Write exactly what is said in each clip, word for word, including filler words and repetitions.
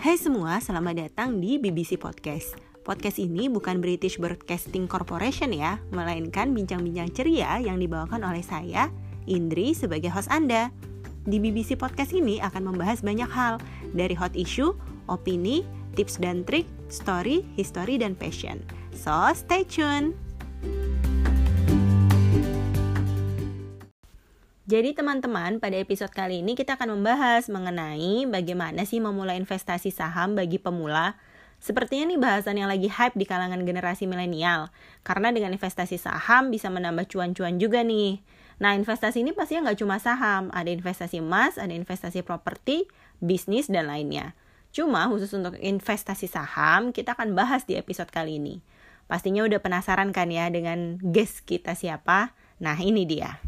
Hai semua, selamat datang di B B C Podcast. Podcast ini bukan British Broadcasting Corporation ya, melainkan bincang-bincang ceria yang dibawakan oleh saya, Indri, sebagai host Anda. Di B B C Podcast ini akan membahas banyak hal, dari hot issue, opini, tips dan trik, story, history, dan passion. So, stay tune! Jadi teman-teman, pada episode kali ini kita akan membahas mengenai bagaimana sih memulai investasi saham bagi pemula. Sepertinya nih bahasan yang lagi hype di kalangan generasi milenial, karena dengan investasi saham bisa menambah cuan-cuan juga nih. Nah, investasi ini pastinya nggak cuma saham, ada investasi emas, ada investasi properti, bisnis, dan lainnya. Cuma khusus untuk investasi saham, kita akan bahas di episode kali ini. Pastinya udah penasaran kan ya dengan guest kita siapa? Nah, ini dia.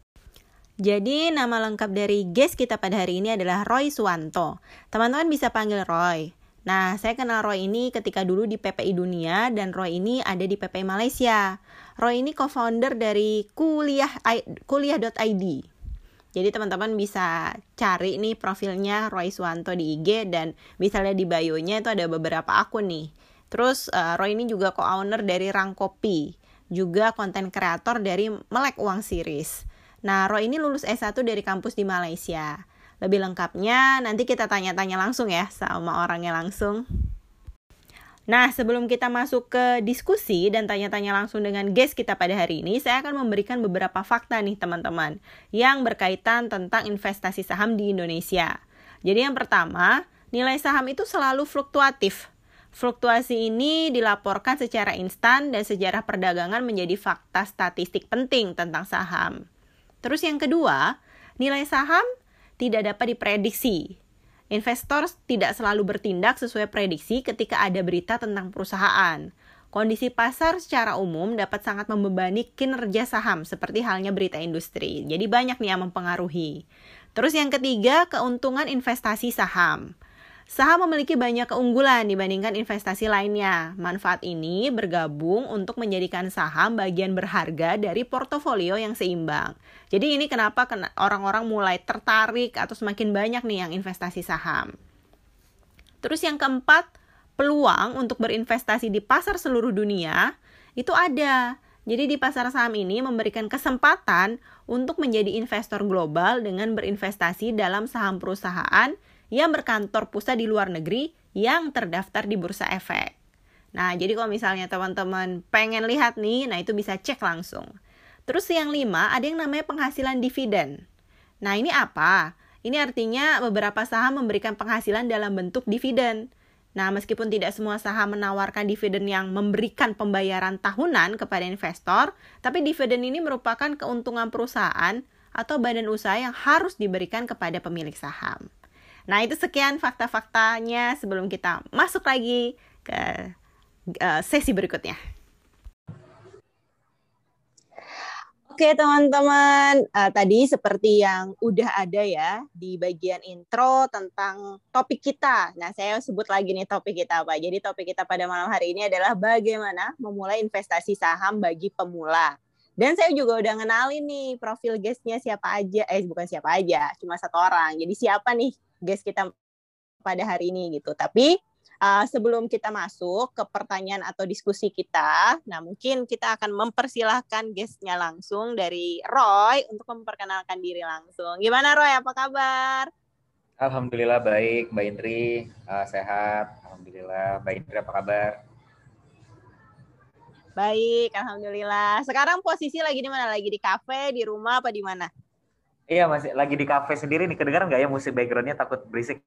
Jadi nama lengkap dari guest kita pada hari ini adalah Roy Suwanto. Teman-teman bisa panggil Roy. Nah, saya kenal Roy ini ketika dulu di P P I Dunia dan Roy ini ada di P P I Malaysia. Roy ini co-founder dari kuliah kuliah dot i d. Jadi teman-teman bisa cari nih profilnya Roy Suwanto di I G dan bisa lihat di bio-nya itu ada beberapa akun nih. Terus uh, Roy ini juga co-owner dari Rangkopi, juga konten kreator dari Melek Uang Series. Nah, Roy ini lulus S satu dari kampus di Malaysia. Lebih lengkapnya nanti kita tanya-tanya langsung ya sama orangnya langsung. Nah, sebelum kita masuk ke diskusi dan tanya-tanya langsung dengan guest kita pada hari ini, saya akan memberikan beberapa fakta nih teman-teman yang berkaitan tentang investasi saham di Indonesia. Jadi yang pertama, nilai saham itu selalu fluktuatif. Fluktuasi ini dilaporkan secara instan dan sejarah perdagangan menjadi fakta statistik penting tentang saham. Terus yang kedua, nilai saham tidak dapat diprediksi. Investor tidak selalu bertindak sesuai prediksi ketika ada berita tentang perusahaan. Kondisi pasar secara umum dapat sangat membebani kinerja saham seperti halnya berita industri. Jadi banyak nih yang mempengaruhi. Terus yang ketiga, keuntungan investasi saham. Saham memiliki banyak keunggulan dibandingkan investasi lainnya. Manfaat ini bergabung untuk menjadikan saham bagian berharga dari portofolio yang seimbang. Jadi ini kenapa orang-orang mulai tertarik atau semakin banyak nih yang investasi saham. Terus yang keempat, peluang untuk berinvestasi di pasar seluruh dunia itu ada. Jadi di pasar saham ini memberikan kesempatan untuk menjadi investor global dengan berinvestasi dalam saham perusahaan yang berkantor pusat di luar negeri yang terdaftar di Bursa Efek. Nah, jadi kalau misalnya teman-teman pengen lihat nih, nah itu bisa cek langsung. Terus yang lima, ada yang namanya penghasilan dividen. Nah, ini apa? Ini artinya beberapa saham memberikan penghasilan dalam bentuk dividen. Nah, meskipun tidak semua saham menawarkan dividen yang memberikan pembayaran tahunan kepada investor, tapi dividen ini merupakan keuntungan perusahaan atau badan usaha yang harus diberikan kepada pemilik saham. Nah, itu sekian fakta-faktanya sebelum kita masuk lagi ke uh, sesi berikutnya. Oke teman-teman, uh, tadi seperti yang udah ada ya di bagian intro tentang topik kita. Nah, saya sebut lagi nih topik kita apa. Jadi topik kita pada malam hari ini adalah bagaimana memulai investasi saham bagi pemula. Dan saya juga udah ngenalin nih profil guestnya siapa aja. Eh, bukan siapa aja, cuma satu orang. Jadi siapa nih guest kita pada hari ini gitu. Tapi uh, sebelum kita masuk ke pertanyaan atau diskusi kita, nah mungkin kita akan mempersilahkan guestnya langsung dari Roy untuk memperkenalkan diri langsung. Gimana Roy, apa kabar? Alhamdulillah baik, Mbak Indri, uh, sehat. Alhamdulillah, Mbak Indri apa kabar? Baik, alhamdulillah. Sekarang posisi lagi di mana? Lagi di kafe, di rumah, apa di mana? Iya, masih lagi di kafe sendiri nih. Kedengaran nggak ya musik background-nya? Takut berisik.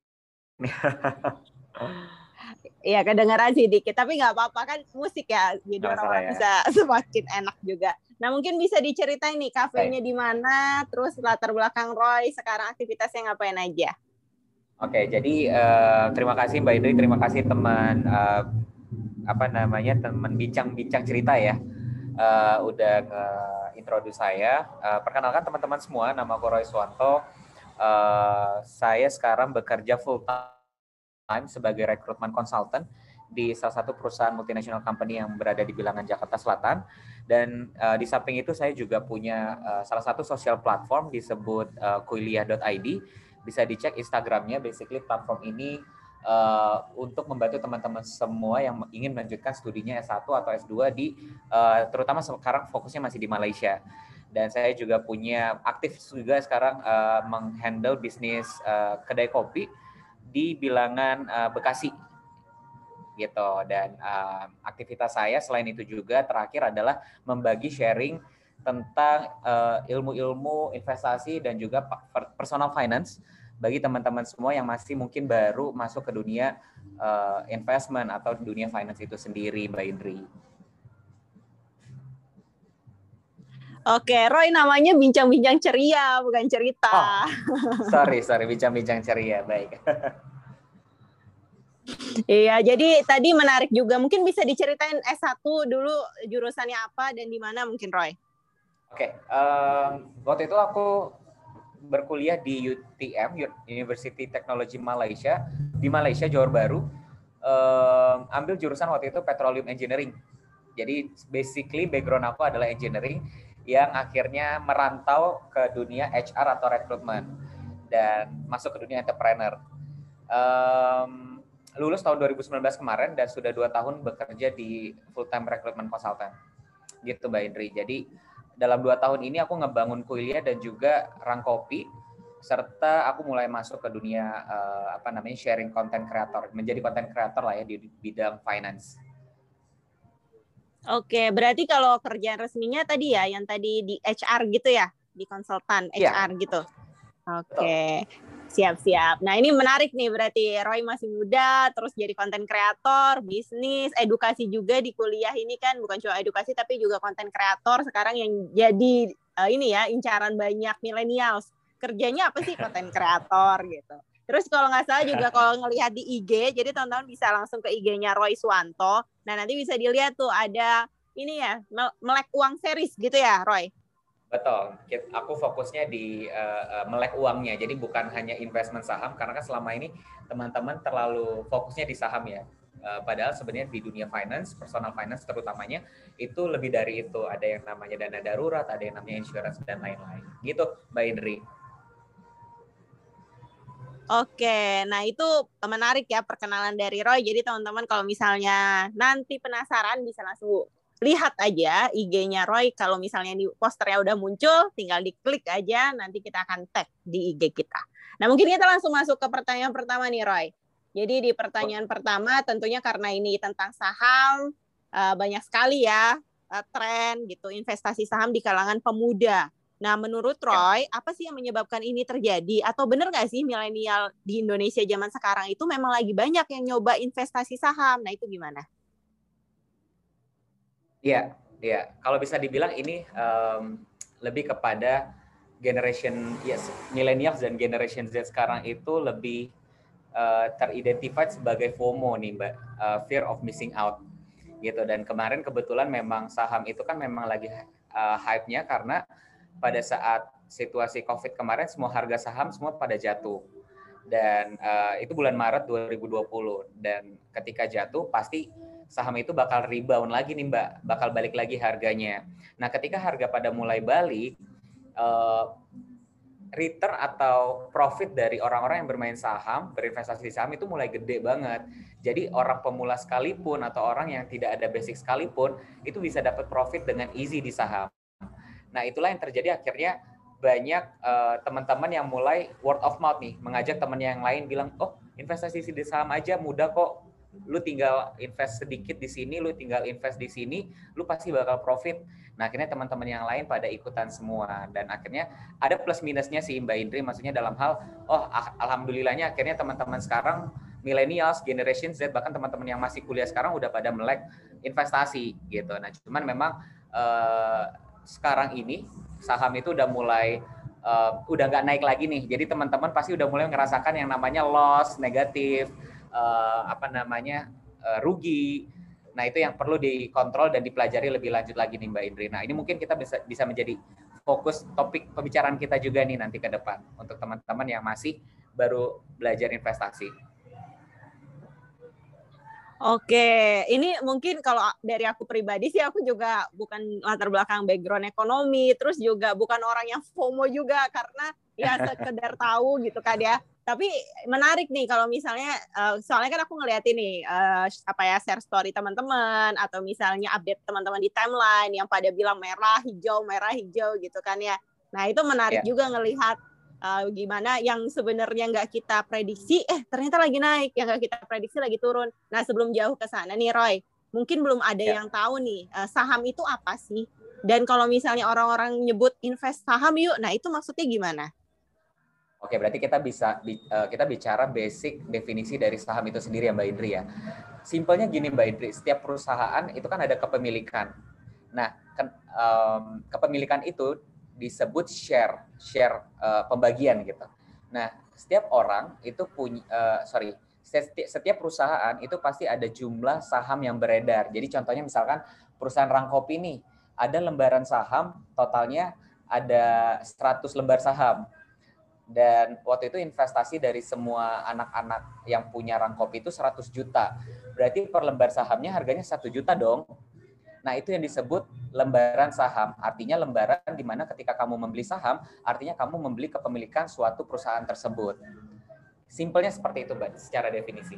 Iya, kedengaran sih dikit. Tapi nggak apa-apa kan musik ya. Jadi orang-orang ya. Bisa semakin enak juga. Nah, mungkin bisa diceritain nih kafenya di mana, terus latar belakang Roy sekarang aktivitasnya ngapain aja? Oke, jadi uh, terima kasih Mbak Indri, terima kasih teman uh, apa namanya teman bincang-bincang cerita ya. Uh, udah nge-introduce saya. Uh, perkenalkan teman-teman semua, nama aku Roy Suwanto. Uh, saya sekarang bekerja full time sebagai recruitment consultant di salah satu perusahaan multinational company yang berada di bilangan Jakarta Selatan. Dan uh, di samping itu saya juga punya uh, salah satu social platform disebut uh, kuliah dot i d. Bisa dicek Instagramnya. Basically platform ini uh, untuk membantu teman-teman semua yang ingin melanjutkan studinya S satu atau S dua di uh, terutama sekarang fokusnya masih di Malaysia. Dan saya juga punya aktif juga sekarang uh, menghandle bisnis uh, kedai kopi di bilangan uh, Bekasi gitu. Dan uh, aktivitas saya selain itu juga terakhir adalah membagi sharing tentang uh, ilmu-ilmu investasi dan juga personal finance bagi teman-teman semua yang masih mungkin baru masuk ke dunia uh, investment atau dunia finance itu sendiri, Mbak Indri. Oke, Roy namanya bincang-bincang ceria, bukan cerita. Oh, sorry, sorry, bincang-bincang ceria, baik. Iya, jadi tadi menarik juga. Mungkin bisa diceritain S satu dulu jurusannya apa dan di mana mungkin, Roy? Oke, um, waktu itu aku berkuliah di U T M, University Technology Malaysia, di Malaysia, Johor Bahru. Um, ambil jurusan waktu itu Petroleum Engineering. Jadi basically background aku adalah engineering yang akhirnya merantau ke dunia H R atau recruitment dan masuk ke dunia entrepreneur. Um, lulus tahun dua ribu sembilan belas kemarin dan sudah dua tahun bekerja di full time recruitment consultant. Gitu Mbak Indri. Jadi dalam dua tahun ini aku ngebangun kuliah dan juga Rangkopi, serta aku mulai masuk ke dunia uh, apa namanya sharing content creator, menjadi content creator lah ya di bidang finance. Oke, berarti kalau kerjaan resminya tadi ya, yang tadi di H R gitu ya, di konsultan H R ya. Gitu. Oke, siap-siap. Nah ini menarik nih, berarti Roy masih muda, terus jadi konten kreator, bisnis, edukasi juga di kuliah ini kan, bukan cuma edukasi tapi juga konten kreator sekarang yang jadi uh, ini ya, incaran banyak millennials. Kerjanya apa sih konten kreator gitu. Terus kalau nggak salah juga kalau ngelihat di I G, jadi teman-teman bisa langsung ke I G-nya Roy Suwanto. Nah nanti bisa dilihat tuh ada ini ya, melek uang series gitu ya Roy? Betul, aku fokusnya di uh, melek uangnya, jadi bukan hanya investment saham, karena kan selama ini teman-teman terlalu fokusnya di saham ya. Uh, padahal sebenarnya di dunia finance, personal finance terutamanya, itu lebih dari itu. Ada yang namanya dana darurat, ada yang namanya insurance, dan lain-lain. Gitu Mbak Indri. Oke, nah itu menarik ya perkenalan dari Roy. Jadi teman-teman kalau misalnya nanti penasaran bisa langsung lihat aja I G-nya Roy. Kalau misalnya di posternya udah muncul, tinggal diklik aja. Nanti kita akan tag di I G kita. Nah mungkin kita langsung masuk ke pertanyaan pertama nih Roy. Jadi di pertanyaan pertama tentunya karena ini tentang saham, banyak sekali ya tren gitu investasi saham di kalangan pemuda. Nah, menurut Roy, apa sih yang menyebabkan ini terjadi? Atau benar nggak sih milenial di Indonesia zaman sekarang itu memang lagi banyak yang nyoba investasi saham? Nah, itu gimana? Iya, iya. Kalau bisa dibilang ini um, lebih kepada generation yes, millennials dan generation Z sekarang itu lebih uh, teridentified sebagai FOMO nih, Mbak. Uh, fear of missing out. Gitu. Dan kemarin kebetulan memang saham itu kan memang lagi uh, hype-nya karena pada saat situasi COVID kemarin semua harga saham semua pada jatuh dan uh, itu bulan Maret dua ribu dua puluh dan ketika jatuh pasti saham itu bakal rebound lagi nih Mbak, bakal balik lagi harganya. Nah ketika harga pada mulai balik, uh, return atau profit dari orang-orang yang bermain saham, berinvestasi di saham itu mulai gede banget. Jadi orang pemula sekalipun atau orang yang tidak ada basic sekalipun itu bisa dapat profit dengan easy di saham. Nah, itulah yang terjadi akhirnya banyak uh, teman-teman yang mulai word of mouth nih, mengajak temannya yang lain bilang, "Oh, investasi di saham aja mudah kok. Lu tinggal invest sedikit di sini, lu tinggal invest di sini, lu pasti bakal profit." Nah, akhirnya teman-teman yang lain pada ikutan semua dan akhirnya ada plus minusnya sih Mbak Indri, maksudnya dalam hal oh alhamdulillahnya akhirnya teman-teman sekarang millennials, generation Z bahkan teman-teman yang masih kuliah sekarang udah pada melek investasi gitu. Nah, cuman memang uh, sekarang ini saham itu udah mulai uh, udah nggak naik lagi nih. Jadi teman-teman pasti udah mulai ngerasakan yang namanya loss, negatif, uh, apa namanya uh, rugi. Nah itu yang perlu dikontrol dan dipelajari lebih lanjut lagi nih Mbak Indri. Nah ini mungkin kita bisa bisa menjadi fokus topik pembicaraan kita juga nih nanti ke depan untuk teman-teman yang masih baru belajar investasi. Oke, ini mungkin kalau dari aku pribadi sih aku juga bukan latar belakang background ekonomi, terus juga bukan orang yang FOMO juga karena ya sekedar tahu gitu kan ya. Tapi menarik nih kalau misalnya, uh, soalnya kan aku ngeliatin nih uh, apa ya share story teman-teman atau misalnya update teman-teman di timeline yang pada bilang merah hijau merah hijau gitu kan ya. Nah itu menarik yeah. juga ngelihat uh, gimana yang sebenarnya nggak kita prediksi, eh ternyata lagi naik, yang nggak kita prediksi lagi turun. Nah sebelum jauh ke sana nih Roy, mungkin belum ada yeah. yang tahu nih uh, saham itu apa sih? Dan kalau misalnya orang-orang nyebut invest saham yuk, nah itu maksudnya gimana? Oke, berarti kita bisa kita bicara basic definisi dari saham itu sendiri ya Mbak Indri ya. Simpelnya gini Mbak Indri, setiap perusahaan itu kan ada kepemilikan. Nah, ke, um, kepemilikan itu disebut share, share uh, pembagian gitu. Nah, setiap orang itu punya, uh, sorry, setiap, setiap perusahaan itu pasti ada jumlah saham yang beredar. Jadi contohnya misalkan perusahaan Rangkopi nih, ada lembaran saham totalnya ada seratus lembar saham. Dan waktu itu investasi dari semua anak-anak yang punya Rangkopi itu seratus juta. Berarti per lembar sahamnya harganya satu juta dong. Nah, itu yang disebut lembaran saham. Artinya lembaran di mana ketika kamu membeli saham, artinya kamu membeli kepemilikan suatu perusahaan tersebut. Simpelnya seperti itu, Mbak, secara definisi.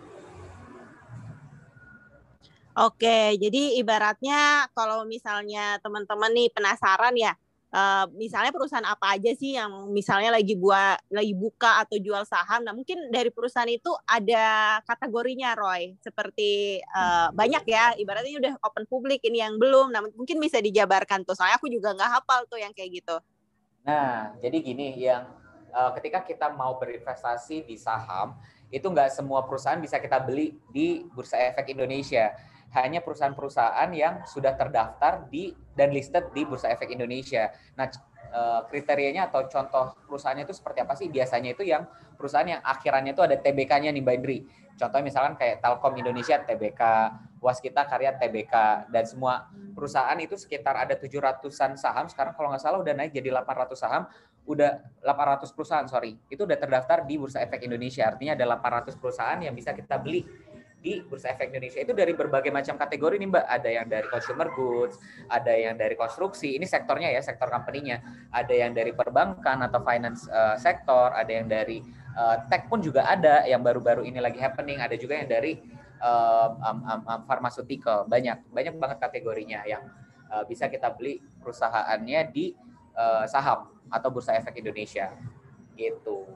Oke, jadi ibaratnya kalau misalnya teman-teman nih penasaran ya, uh, misalnya perusahaan apa aja sih yang misalnya lagi buat lagi buka atau jual saham. Nah, mungkin dari perusahaan itu ada kategorinya, Roy. Seperti uh, banyak ya, ibaratnya udah open publik, ini yang belum. Nah, mungkin bisa dijabarkan tuh. Soalnya aku juga nggak hafal tuh yang kayak gitu. Nah, jadi gini, yang uh, ketika kita mau berinvestasi di saham, itu nggak semua perusahaan bisa kita beli di Bursa Efek Indonesia. Hanya perusahaan-perusahaan yang sudah terdaftar di dan listed di Bursa Efek Indonesia. Nah, kriterianya atau contoh perusahaannya itu seperti apa sih? Biasanya itu yang perusahaan yang akhirannya itu ada T B K-nya nih, Mbak Indri. Contohnya misalkan kayak Telkom Indonesia T B K, Waskita Karya T B K, dan semua perusahaan itu sekitar ada tujuh ratusan saham. Sekarang kalau nggak salah udah naik jadi delapan ratus saham, udah delapan ratus perusahaan, sorry. Itu udah terdaftar di Bursa Efek Indonesia. Artinya ada delapan ratus perusahaan yang bisa kita beli di Bursa Efek Indonesia. Itu dari berbagai macam kategori nih Mbak. Ada yang dari consumer goods, ada yang dari konstruksi, ini sektornya ya, sektor company-nya. Ada yang dari perbankan atau finance uh, sektor, ada yang dari uh, tech pun juga ada, yang baru-baru ini lagi happening, ada juga yang dari uh, um, um, um, pharmaceutical. Banyak, banyak banget kategorinya yang uh, bisa kita beli perusahaannya di uh, saham atau Bursa Efek Indonesia. Gitu.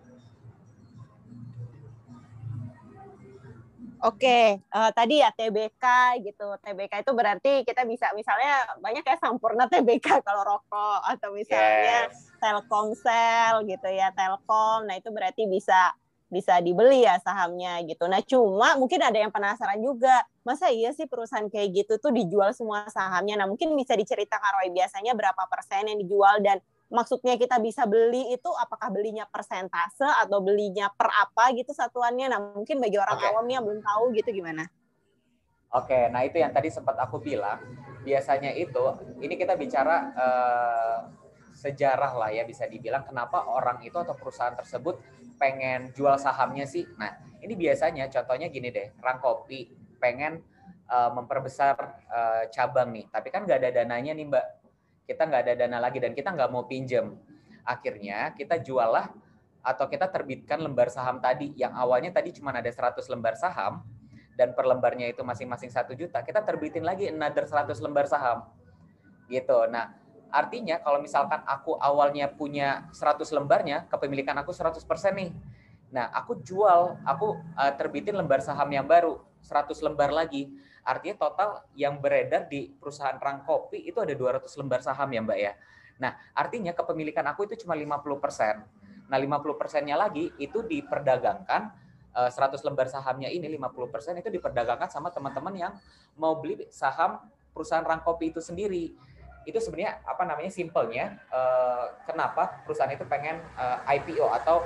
Oke, uh, tadi ya T B K gitu. T B K itu berarti kita bisa misalnya banyak ya Sampurna T B K kalau rokok, atau misalnya yes. Telkomsel gitu ya, Telkom. Nah itu berarti bisa bisa dibeli ya sahamnya gitu. Nah cuma mungkin ada yang penasaran juga, masa iya sih perusahaan kayak gitu tuh dijual semua sahamnya? Nah mungkin bisa diceritakan Roy, biasanya berapa persen yang dijual, dan maksudnya kita bisa beli itu apakah belinya persentase atau belinya per apa gitu satuannya. Nah mungkin bagi orang okay. awam yang belum tahu gitu gimana? Oke, okay, nah itu yang tadi sempat aku bilang, biasanya itu, ini kita bicara uh, sejarah lah ya, bisa dibilang kenapa orang itu atau perusahaan tersebut pengen jual sahamnya sih. Nah ini biasanya contohnya gini deh, Rangkopi pengen uh, memperbesar uh, cabang nih, tapi kan nggak ada dananya nih Mbak. Kita nggak ada dana lagi dan kita nggak mau pinjam. Akhirnya kita jual lah atau kita terbitkan lembar saham tadi yang awalnya tadi cuma ada seratus lembar saham dan per lembarnya itu masing-masing satu juta, kita terbitin lagi another seratus lembar saham. Gitu. Nah, artinya kalau misalkan aku awalnya punya seratus lembarnya, kepemilikan aku seratus persen nih. Nah, aku jual, aku uh, terbitin lembar saham yang baru, seratus lembar lagi. Artinya total yang beredar di perusahaan Rangkopi itu ada dua ratus lembar saham ya Mbak ya. Nah, artinya kepemilikan aku itu cuma lima puluh persen. Nah, lima puluh persennya lagi itu diperdagangkan, seratus lembar sahamnya ini lima puluh persen itu diperdagangkan sama teman-teman yang mau beli saham perusahaan Rangkopi itu sendiri. Itu sebenarnya apa namanya simpelnya, kenapa perusahaan itu pengen I P O atau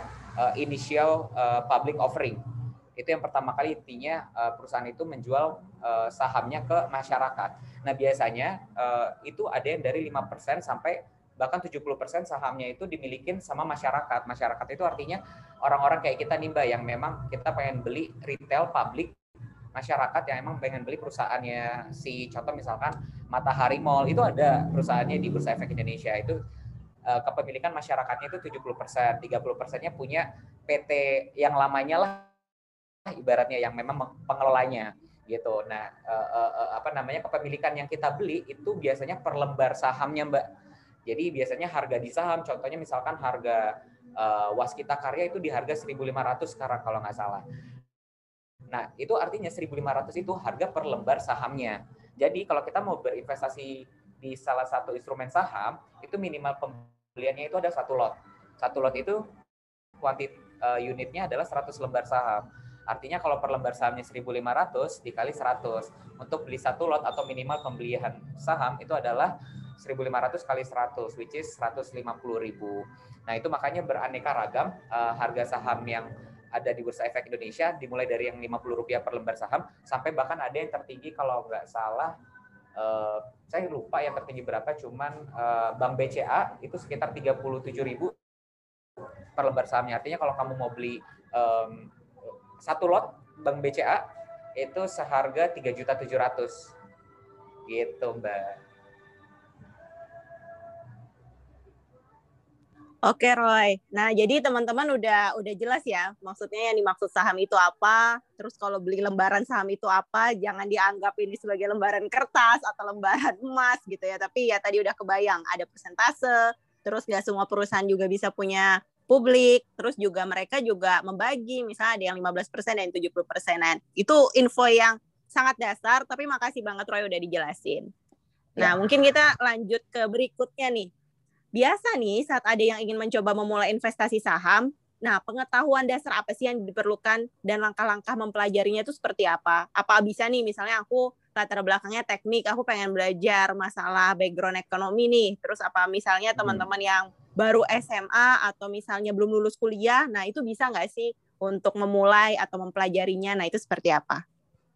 initial public offering. Itu yang pertama kali intinya uh, perusahaan itu menjual uh, sahamnya ke masyarakat. Nah biasanya uh, itu ada yang dari lima persen sampai bahkan tujuh puluh persen sahamnya itu dimilikin sama masyarakat. Masyarakat itu artinya orang-orang kayak kita nih Mbak, yang memang kita pengen beli retail public, masyarakat yang emang pengen beli perusahaannya si contoh misalkan Matahari Mall, itu ada perusahaannya di Bursa Efek Indonesia. Itu uh, kepemilikan masyarakatnya itu tujuh puluh persen, tiga puluh persennya punya P T yang lamanya lah ibaratnya yang memang pengelolanya gitu. Nah, uh, uh, uh, apa namanya kepemilikan yang kita beli itu biasanya per lembar sahamnya, Mbak. Jadi biasanya harga di saham, contohnya misalkan harga uh, Waskita Karya itu di harga seribu lima ratus sekarang kalau nggak salah. Nah, itu artinya seribu lima ratus itu harga per lembar sahamnya. Jadi kalau kita mau berinvestasi di salah satu instrumen saham, itu minimal pembeliannya itu ada satu lot. Satu lot itu kuantit uh, unitnya adalah seratus lembar saham. Artinya kalau per lembar sahamnya seribu lima ratus dikali seratus. Untuk beli satu lot atau minimal pembelian saham itu adalah seribu lima ratus kali seratus, which is seratus lima puluh ribu. Nah, itu makanya beraneka ragam uh, harga saham yang ada di Bursa Efek Indonesia, dimulai dari yang lima puluh rupiah per lembar saham, sampai bahkan ada yang tertinggi kalau nggak salah, uh, saya lupa yang tertinggi berapa, cuman uh, Bank B C A itu sekitar tiga puluh tujuh ribu per lembar sahamnya. Artinya kalau kamu mau beli um, satu lot Bank B C A, itu seharga tiga juta tujuh ratus ribu. Gitu, Mbak. Oke Roy, nah jadi teman-teman udah udah jelas ya maksudnya yang dimaksud saham itu apa, terus kalau beli lembaran saham itu apa, jangan dianggap ini sebagai lembaran kertas atau lembaran emas gitu ya, tapi ya tadi udah kebayang ada persentase, terus nggak semua perusahaan juga bisa punya publik, terus juga mereka juga membagi, misalnya ada yang lima belas persen dan tujuh puluh persenan, itu info yang sangat dasar, tapi makasih banget Roy udah dijelasin. Nah ya. Mungkin kita lanjut ke berikutnya nih. Biasa nih saat ada yang ingin mencoba memulai investasi saham, nah pengetahuan dasar apa sih yang diperlukan dan langkah-langkah mempelajarinya itu seperti apa? Apa bisa nih misalnya aku latar belakangnya teknik, aku pengen belajar masalah background ekonomi nih, terus apa misalnya teman-teman yang baru S M A atau misalnya belum lulus kuliah, nah itu bisa nggak sih untuk memulai atau mempelajarinya, nah itu seperti apa?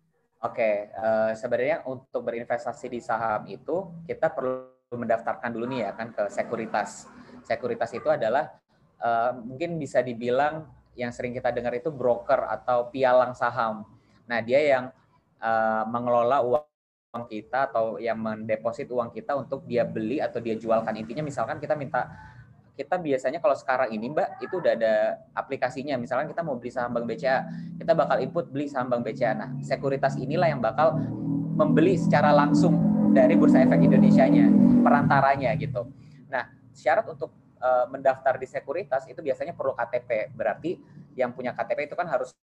Oke, uh, sebenarnya untuk berinvestasi di saham itu kita perlu mendaftarkan dulu nih ya kan ke sekuritas. Sekuritas itu adalah uh, mungkin bisa dibilang yang sering kita dengar itu broker atau pialang saham. Nah, dia yang uh, mengelola uang kita atau yang mendeposit uang kita untuk dia beli atau dia jualkan. Intinya misalkan kita minta, kita biasanya kalau sekarang ini Mbak, itu udah ada aplikasinya. Misalkan kita mau beli saham Bank B C A, kita bakal input beli saham Bank B C A. Nah, sekuritas inilah yang bakal membeli secara langsung dari Bursa Efek Indonesianya, perantaranya gitu. Nah, syarat untuk uh, mendaftar di sekuritas itu biasanya perlu K T P. Berarti yang punya K T P itu kan harus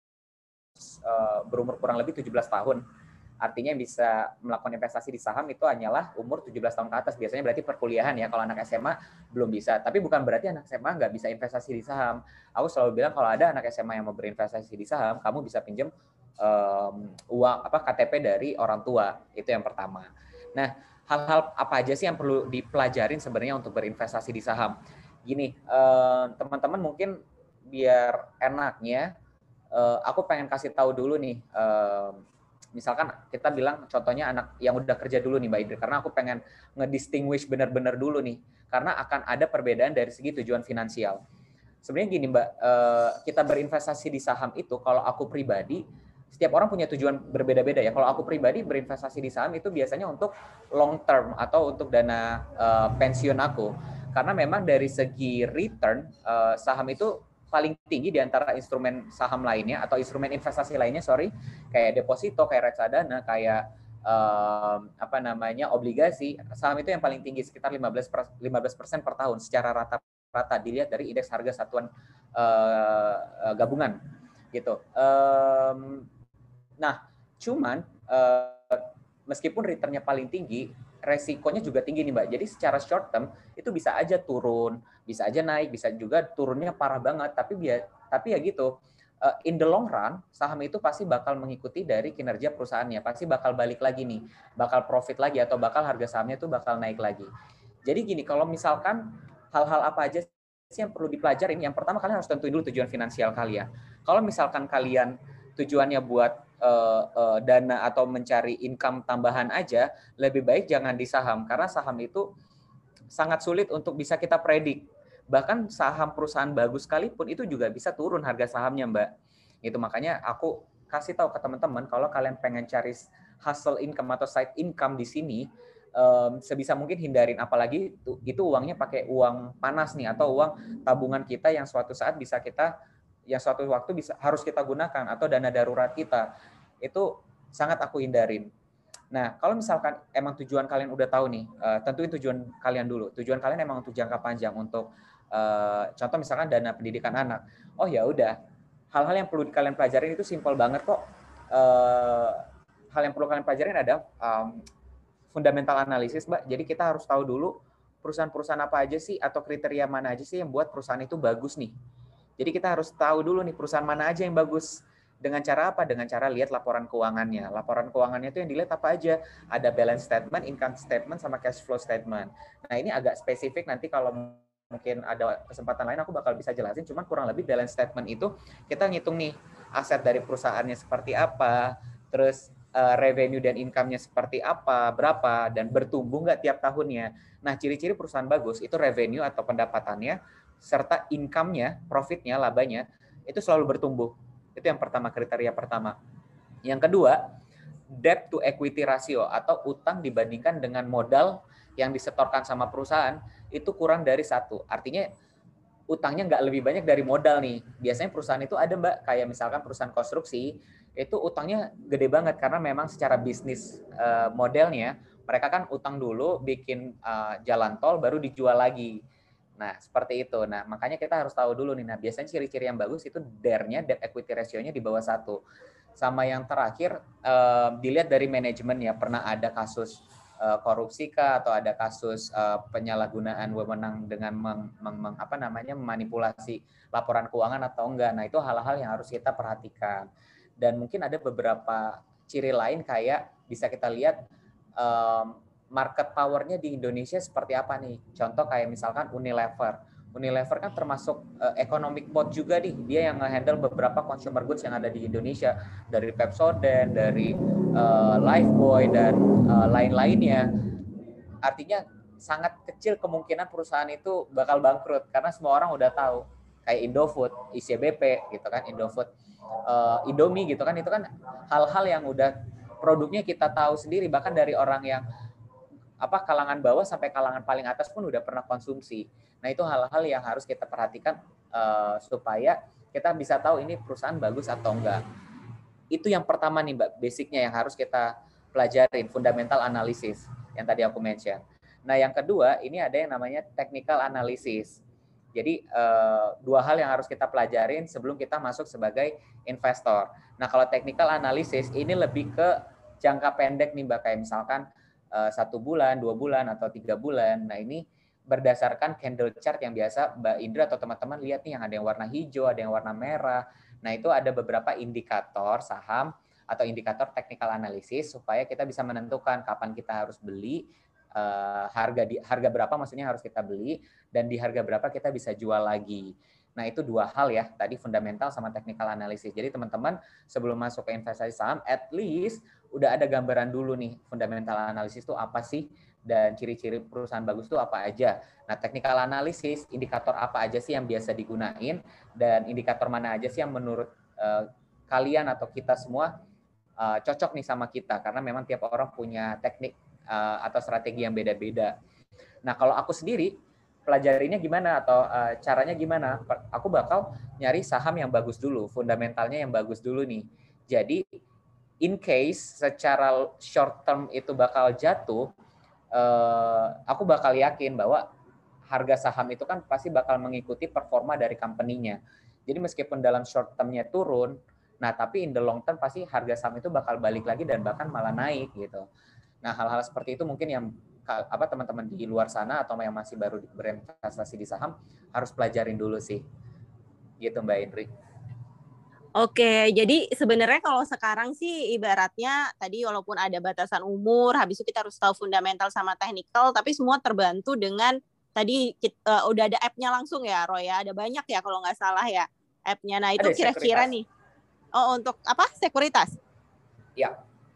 uh, berumur kurang lebih tujuh belas tahun. Artinya bisa melakukan investasi di saham itu hanyalah umur tujuh belas tahun ke atas. Biasanya berarti perkuliahan ya. Kalau anak S M A belum bisa. Tapi bukan berarti anak S M A nggak bisa investasi di saham. Aku selalu bilang kalau ada anak S M A yang mau berinvestasi di saham, kamu bisa pinjam um, uang apa K T P dari orang tua. Itu yang pertama. Nah, hal-hal apa aja sih yang perlu dipelajarin sebenarnya untuk berinvestasi di saham? Gini, uh, teman-teman mungkin biar enaknya, uh, aku pengen kasih tahu dulu nih. Uh, Misalkan kita bilang contohnya anak yang udah kerja dulu nih Mbak Idri, karena aku pengen ngedistinguish benar-benar dulu nih, karena akan ada perbedaan dari segi tujuan finansial. Sebenarnya gini Mbak, kita berinvestasi di saham itu, kalau aku pribadi, setiap orang punya tujuan berbeda-beda ya. Kalau aku pribadi berinvestasi di saham itu biasanya untuk long term atau untuk dana uh, pensiun aku, karena memang dari segi return uh, saham itu paling tinggi di antara instrumen saham lainnya atau instrumen investasi lainnya, sorry, kayak deposito, kayak reksadana, kayak um, apa namanya obligasi. Saham itu yang paling tinggi sekitar lima belas persen per tahun secara rata-rata dilihat dari indeks harga satuan uh, gabungan gitu. Um, nah, cuman uh, meskipun returnnya paling tinggi, resikonya juga tinggi nih Mbak. Jadi secara short term itu bisa aja turun, bisa aja naik, bisa juga turunnya parah banget. Tapi biar, tapi ya gitu. Uh, in the long run, saham itu pasti bakal mengikuti dari kinerja perusahaannya. Pasti bakal balik lagi nih, bakal profit lagi atau bakal harga sahamnya itu bakal naik lagi. Jadi gini, kalau misalkan hal-hal apa aja sih yang perlu dipelajarin? Yang pertama kalian harus tentuin dulu tujuan finansial kalian. Kalau misalkan kalian tujuannya buat uh, uh, dana atau mencari income tambahan aja, lebih baik jangan di saham, karena saham itu sangat sulit untuk bisa kita predik. Bahkan saham perusahaan bagus sekalipun itu juga bisa turun harga sahamnya Mbak. Itu makanya aku kasih tahu ke teman-teman, kalau kalian pengen cari hustle income atau side income di sini, um, sebisa mungkin hindarin, apalagi itu, itu uangnya pakai uang panas nih atau uang tabungan kita yang suatu saat bisa kita yang suatu waktu bisa harus kita gunakan atau dana darurat kita. Itu sangat aku hindarin. Nah, kalau misalkan emang tujuan kalian udah tahu nih, uh, tentuin tujuan kalian dulu. Tujuan kalian emang untuk jangka panjang, untuk uh, contoh misalkan dana pendidikan anak. Oh ya udah, hal-hal yang perlu kalian pelajarin itu simpel banget kok. Uh, hal yang perlu kalian pelajarin ada um, fundamental analisis, Mbak. Jadi kita harus tahu dulu perusahaan-perusahaan apa aja sih atau kriteria mana aja sih yang buat perusahaan itu bagus nih. Jadi kita harus tahu dulu nih perusahaan mana aja yang bagus. Dengan cara apa? Dengan cara lihat laporan keuangannya. Laporan keuangannya itu yang dilihat apa aja? Ada balance statement, income statement, sama cash flow statement. Nah, ini agak spesifik, nanti kalau mungkin ada kesempatan lain aku bakal bisa jelasin, cuman kurang lebih balance statement itu kita ngitung nih aset dari perusahaannya seperti apa, terus uh, revenue dan income-nya seperti apa, berapa, dan bertumbuh nggak tiap tahunnya. Nah, ciri-ciri perusahaan bagus itu revenue atau pendapatannya, serta income-nya, profit-nya, labanya, itu selalu bertumbuh. Itu yang pertama, kriteria pertama. Yang kedua, debt to equity ratio atau utang dibandingkan dengan modal yang disetorkan sama perusahaan itu kurang dari satu. Artinya utangnya nggak lebih banyak dari modal nih. Biasanya perusahaan itu ada, Mbak, kayak misalkan perusahaan konstruksi, itu utangnya gede banget karena memang secara bisnis uh, modelnya mereka kan utang dulu, bikin uh, jalan tol, baru dijual lagi. Nah, seperti itu. Nah, makanya kita harus tahu dulu nih. Nah, biasanya ciri-ciri yang bagus itu D E R-nya, debt equity ratio-nya di bawah satu. Sama yang terakhir, eh, dilihat dari manajemen ya. Pernah ada kasus eh, korupsi kah, atau ada kasus eh, penyalahgunaan wewenang dengan meng, meng, meng, apa namanya, memanipulasi laporan keuangan atau enggak. Nah, itu hal-hal yang harus kita perhatikan. Dan mungkin ada beberapa ciri lain kayak bisa kita lihat eh, market power-nya di Indonesia seperti apa nih? Contoh kayak misalkan Unilever. Unilever kan termasuk uh, economic board juga nih. Dia yang nge-handle beberapa consumer goods yang ada di Indonesia. Dari Pepsodent, dari uh, Lifebuoy, dan uh, lain-lainnya. Artinya sangat kecil kemungkinan perusahaan itu bakal bangkrut. Karena semua orang udah tahu. Kayak Indofood, I C B P, gitu kan, Indofood, uh, Indomie, gitu kan. Itu kan hal-hal yang udah produknya kita tahu sendiri. Bahkan dari orang yang apa kalangan bawah sampai kalangan paling atas pun udah pernah konsumsi. Nah, itu hal-hal yang harus kita perhatikan uh, supaya kita bisa tahu ini perusahaan bagus atau enggak. Itu yang pertama nih, Mbak, basicnya yang harus kita pelajarin, fundamental analysis yang tadi aku mention. Nah, yang kedua, ini ada yang namanya technical analysis. Jadi uh, dua hal yang harus kita pelajarin sebelum kita masuk sebagai investor. Nah, kalau technical analysis ini lebih ke jangka pendek nih, Mbak, kayak misalkan satu bulan, dua bulan, atau tiga bulan. Nah, ini berdasarkan candle chart yang biasa Mbak Indra atau teman-teman lihat nih, yang ada yang warna hijau, ada yang warna merah. Nah, itu ada beberapa indikator saham atau indikator technical analysis supaya kita bisa menentukan kapan kita harus beli, uh, harga di harga berapa maksudnya harus kita beli, dan di harga berapa kita bisa jual lagi. Nah, itu dua hal ya, tadi fundamental sama technical analysis. Jadi teman-teman sebelum masuk ke investasi saham, at least udah ada gambaran dulu nih, fundamental analysis itu apa sih, dan ciri-ciri perusahaan bagus itu apa aja. Nah, technical analysis, indikator apa aja sih yang biasa digunain, dan indikator mana aja sih yang menurut uh, kalian atau kita semua uh, cocok nih sama kita, karena memang tiap orang punya teknik uh, atau strategi yang beda-beda. Nah, kalau aku sendiri, pelajarinya gimana atau uh, caranya gimana? Aku bakal nyari saham yang bagus dulu, fundamentalnya yang bagus dulu nih. Jadi in case secara short term itu bakal jatuh, uh, aku bakal yakin bahwa harga saham itu kan pasti bakal mengikuti performa dari company-nya. Jadi meskipun dalam short term-nya turun, nah tapi in the long term pasti harga saham itu bakal balik lagi dan bahkan malah naik gitu. Nah, hal-hal seperti itu mungkin yang apa teman-teman di luar sana atau yang masih baru berinvestasi di saham harus pelajarin dulu sih. Gitu, Mbak Indri. Oke, jadi sebenarnya kalau sekarang sih ibaratnya tadi walaupun ada batasan umur, habis itu kita harus tahu fundamental sama technical, tapi semua terbantu dengan tadi kita, uh, udah ada app-nya langsung ya, Roy ya. Ada banyak ya kalau nggak salah ya app-nya. Nah, itu ada kira-kira sekuritas nih. Oh, untuk apa? Sekuritas? Ya.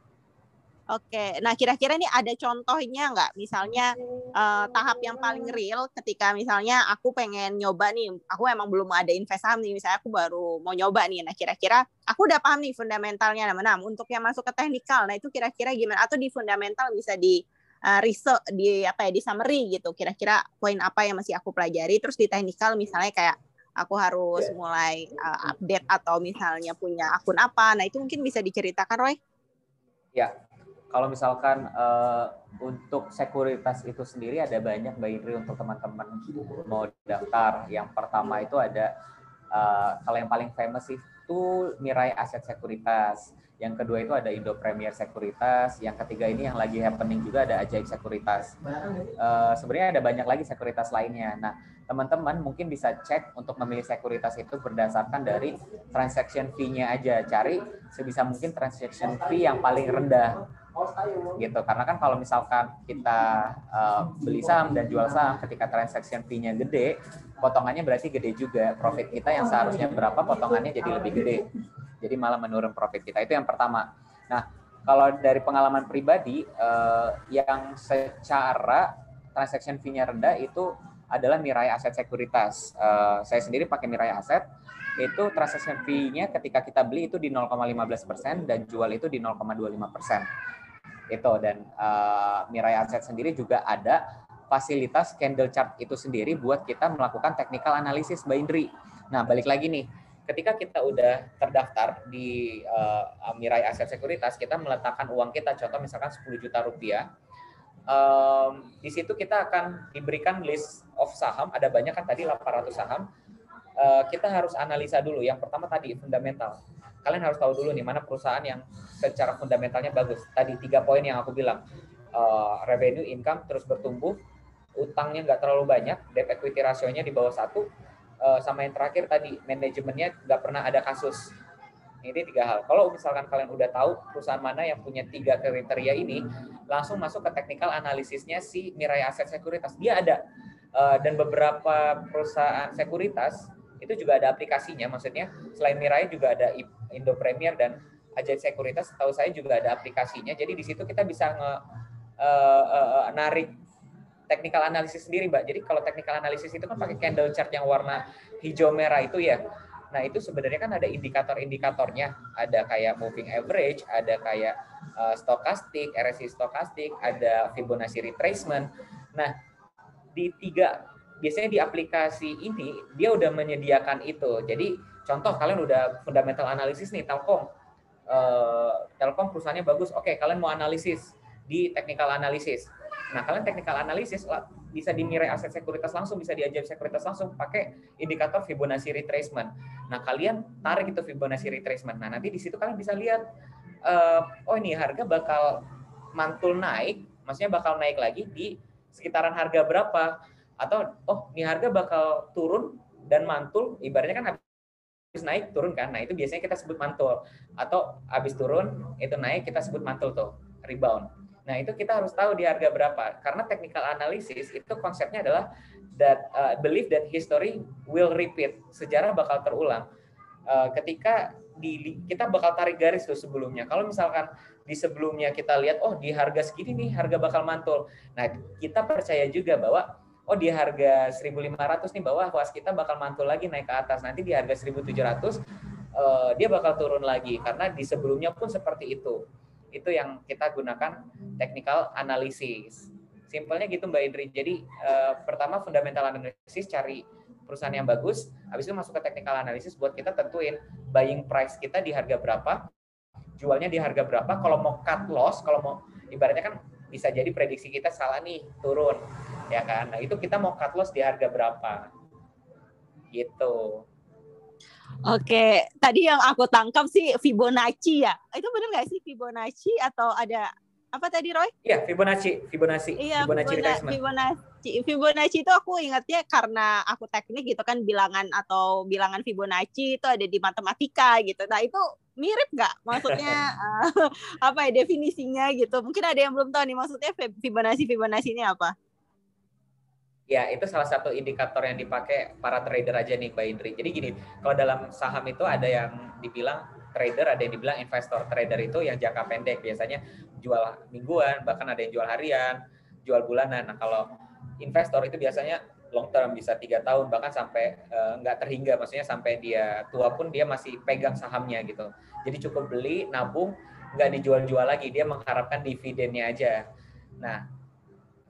Oke, nah kira-kira ini ada contohnya nggak? Misalnya uh, tahap yang paling real ketika misalnya aku pengen nyoba nih, aku emang belum ada invest saham nih, misalnya aku baru mau nyoba nih, nah kira-kira aku udah paham nih fundamentalnya, nah, nah untuk yang masuk ke teknikal, nah itu kira-kira gimana? Atau di fundamental bisa di uh, riset di apa ya di summary gitu. Kira-kira poin apa yang masih aku pelajari. Terus di teknikal misalnya kayak aku harus mulai uh, update atau misalnya punya akun apa. Nah itu mungkin bisa diceritakan, Roy? Ya, kalau misalkan uh, untuk sekuritas itu sendiri ada banyak Mbak Indri untuk teman-teman mau daftar. Yang pertama itu ada uh, kalau yang paling famous itu Mirai Aset Sekuritas. Yang kedua itu ada Indo Premier Sekuritas. Yang ketiga ini yang lagi happening juga ada Ajaib Sekuritas. Uh, sebenarnya ada banyak lagi sekuritas lainnya. Nah, teman-teman mungkin bisa cek untuk memilih sekuritas itu berdasarkan dari transaction fee-nya aja. Cari sebisa mungkin transaction fee yang paling rendah. Gitu. Karena kan kalau misalkan kita uh, beli saham dan jual saham ketika transaction fee-nya gede, potongannya berarti gede juga. Profit kita yang seharusnya berapa, potongannya jadi lebih gede. Jadi malah menurun profit kita. Itu yang pertama. Nah, kalau dari pengalaman pribadi, eh, yang secara transaction fee-nya rendah itu adalah Mirai Aset Sekuritas. Eh, saya sendiri pakai Mirai Aset. Itu transaction fee-nya ketika kita beli itu di nol koma lima belas persen dan jual itu di nol koma dua puluh lima persen. Itu dan eh, Mirai Aset sendiri juga ada fasilitas candle chart itu sendiri buat kita melakukan technical analysis Mbak Indri. Nah, balik lagi nih. Ketika kita udah terdaftar di uh, Mirai Aset Sekuritas, kita meletakkan uang kita, contoh misalkan sepuluh juta rupiah, um, di situ kita akan diberikan list of saham, ada banyak kan tadi delapan ratus saham, uh, kita harus analisa dulu. Yang pertama tadi fundamental. Kalian harus tahu dulu nih mana perusahaan yang secara fundamentalnya bagus. Tadi tiga poin yang aku bilang, uh, revenue, income terus bertumbuh, utangnya nggak terlalu banyak, debt equity ratio-nya di bawah satu, sama yang terakhir tadi manajemennya nggak pernah ada kasus. Ini tiga hal. Kalau misalkan kalian udah tahu perusahaan mana yang punya tiga kriteria ini, langsung masuk ke technical analisisnya si Mirai Aset Sekuritas. Dia ada dan beberapa perusahaan sekuritas itu juga ada aplikasinya. Maksudnya selain Mirai juga ada Indo Premier dan Ajaib Sekuritas. Tahu saya juga ada aplikasinya. Jadi di situ kita bisa nge, uh, uh, narik technical analysis sendiri, Mbak. Jadi kalau technical analysis itu kan pakai candle chart yang warna hijau merah itu ya. Nah, itu sebenarnya kan ada indikator-indikatornya. Ada kayak moving average, ada kayak uh, stochastic, R S I stochastic, ada Fibonacci retracement. Nah, di tiga biasanya di aplikasi ini dia udah menyediakan itu. Jadi contoh kalian udah fundamental analysis nih Telkom. Uh, Telkom perusahaannya bagus. Oke, kalian mau analisis di technical analysis. Nah, kalian technical analysis bisa di Mirai Aset Sekuritas langsung, bisa di Ajaib Sekuritas langsung pakai indikator Fibonacci retracement. Nah, kalian tarik itu Fibonacci retracement. Nah, nanti di situ kalian bisa lihat, uh, oh ini harga bakal mantul naik, maksudnya bakal naik lagi di sekitaran harga berapa, atau oh ini harga bakal turun dan mantul, ibaratnya kan habis naik turun kan. Nah, itu biasanya kita sebut mantul, atau habis turun itu naik kita sebut mantul tuh, rebound. Nah, itu kita harus tahu di harga berapa. Karena technical analysis itu konsepnya adalah that uh, believe that history will repeat. Sejarah bakal terulang. Uh, ketika di, kita bakal tarik garis tuh sebelumnya. Kalau misalkan di sebelumnya kita lihat, oh di harga segini nih harga bakal mantul. Nah, kita percaya juga bahwa oh di harga seribu lima ratus nih bawah was kita bakal mantul lagi naik ke atas. Nanti di harga seribu tujuh ratus uh, dia bakal turun lagi. Karena di sebelumnya pun seperti itu. Itu yang kita gunakan technical analysis. Simpelnya gitu Mbak Indri. Jadi eh, pertama fundamental analysis, cari perusahaan yang bagus, habis itu masuk ke technical analysis buat kita tentuin buying price kita di harga berapa, jualnya di harga berapa. Kalau mau cut loss, kalau mau ibaratnya kan bisa jadi prediksi kita salah nih, turun. Ya kan? Nah, itu kita mau cut loss di harga berapa. Gitu. Oke, tadi yang aku tangkap sih Fibonacci ya. Itu benar nggak sih Fibonacci atau ada apa tadi Roy? Iya, Fibonacci, Fibonacci, iya, Fibonacci retracement. Fibonacci, Fibonacci itu aku ingatnya karena aku teknik gitu kan bilangan atau bilangan Fibonacci itu ada di matematika gitu. Nah, itu mirip nggak? Maksudnya uh, apa ya definisinya gitu. Mungkin ada yang belum tahu nih maksudnya Fibonacci Fibonacci ini apa? Ya, itu salah satu indikator yang dipakai para trader aja nih, Mbak Indri. Jadi gini, kalau dalam saham itu ada yang dibilang trader, ada yang dibilang investor. Trader itu yang jangka pendek, biasanya jual mingguan, bahkan ada yang jual harian, jual bulanan. Nah, kalau investor itu biasanya long term, bisa tiga tahun, bahkan sampai uh, nggak terhingga, maksudnya sampai dia tua pun dia masih pegang sahamnya gitu. Jadi cukup beli, nabung, nggak dijual-jual lagi, dia mengharapkan dividennya aja. Nah,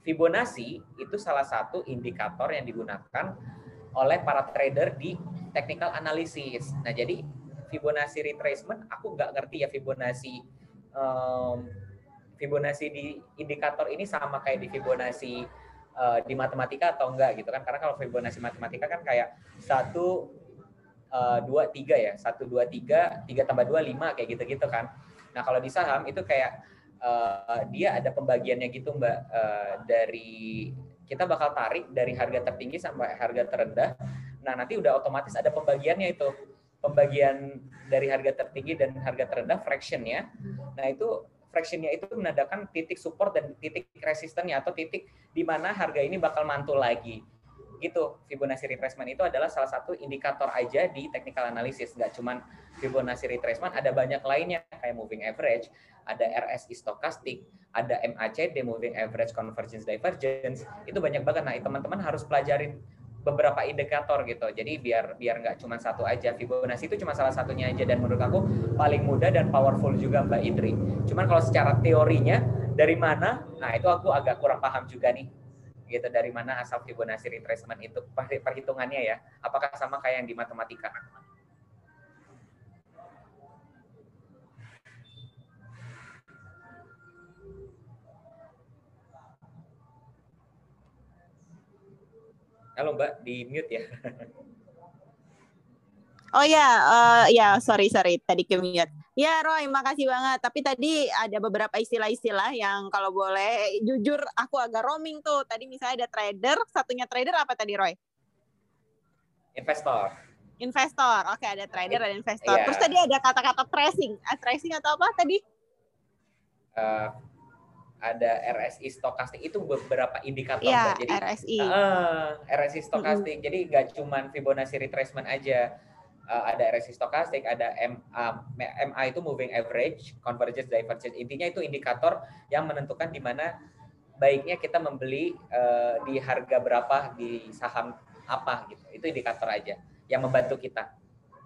Fibonacci itu salah satu indikator yang digunakan oleh para trader di technical analysis. Nah, jadi Fibonacci retracement, aku nggak ngerti ya Fibonacci um, Fibonacci di indikator ini sama kayak di Fibonacci uh, di matematika atau enggak gitu kan? Karena kalau Fibonacci matematika kan kayak satu dua tiga ya, satu dua tiga tiga tambah dua lima kayak gitu-gitu kan. Nah kalau di saham itu kayak uh, dia ada pembagiannya gitu Mbak, uh, dari kita bakal tarik dari harga tertinggi sampai harga terendah. Nah nanti udah otomatis ada pembagiannya itu, pembagian dari harga tertinggi dan harga terendah fractionnya. Nah itu fractionnya itu menandakan titik support dan titik resistennya atau titik di mana harga ini bakal mantul lagi. Gitu. Fibonacci retracement itu adalah salah satu indikator aja di technical analysis. Nggak cuma Fibonacci retracement, ada banyak lainnya kayak moving average, ada R S I stochastic, ada M A C D, moving average convergence divergence. Itu banyak banget. Nah, teman-teman harus pelajarin beberapa indikator gitu. Jadi biar biar nggak cuma satu aja. Fibonacci itu cuma salah satunya aja dan menurut aku paling mudah dan powerful juga Mbak Indri. Cuman kalau secara teorinya dari mana? Nah, itu aku agak kurang paham juga nih. Gitu, dari mana asal Fibonacci retracement itu perhitungannya ya? Apakah sama kayak yang di matematika? Halo Mbak, di mute ya. Oh ya, uh, ya sorry sorry tadi ke mute. Ya Roy, makasih banget. Tapi tadi ada beberapa istilah-istilah yang kalau boleh jujur aku agak roaming tuh. Tadi misalnya ada trader, satunya trader apa tadi Roy? Investor. Investor, oke ada trader dan investor. Yeah. Terus tadi ada kata-kata tracing, ah, tracing atau apa tadi? Uh, ada R S I stokastik itu beberapa indikator yeah, Mbak. Jadi R S I. Uh, R S I stokastik. Mm-hmm. Jadi nggak cuma Fibonacci retracement aja. Uh, ada R S I stokastik, ada M A, M A itu moving average, convergence, divergence. Intinya itu indikator yang menentukan di mana baiknya kita membeli uh, di harga berapa di saham apa gitu. Itu indikator aja yang membantu kita.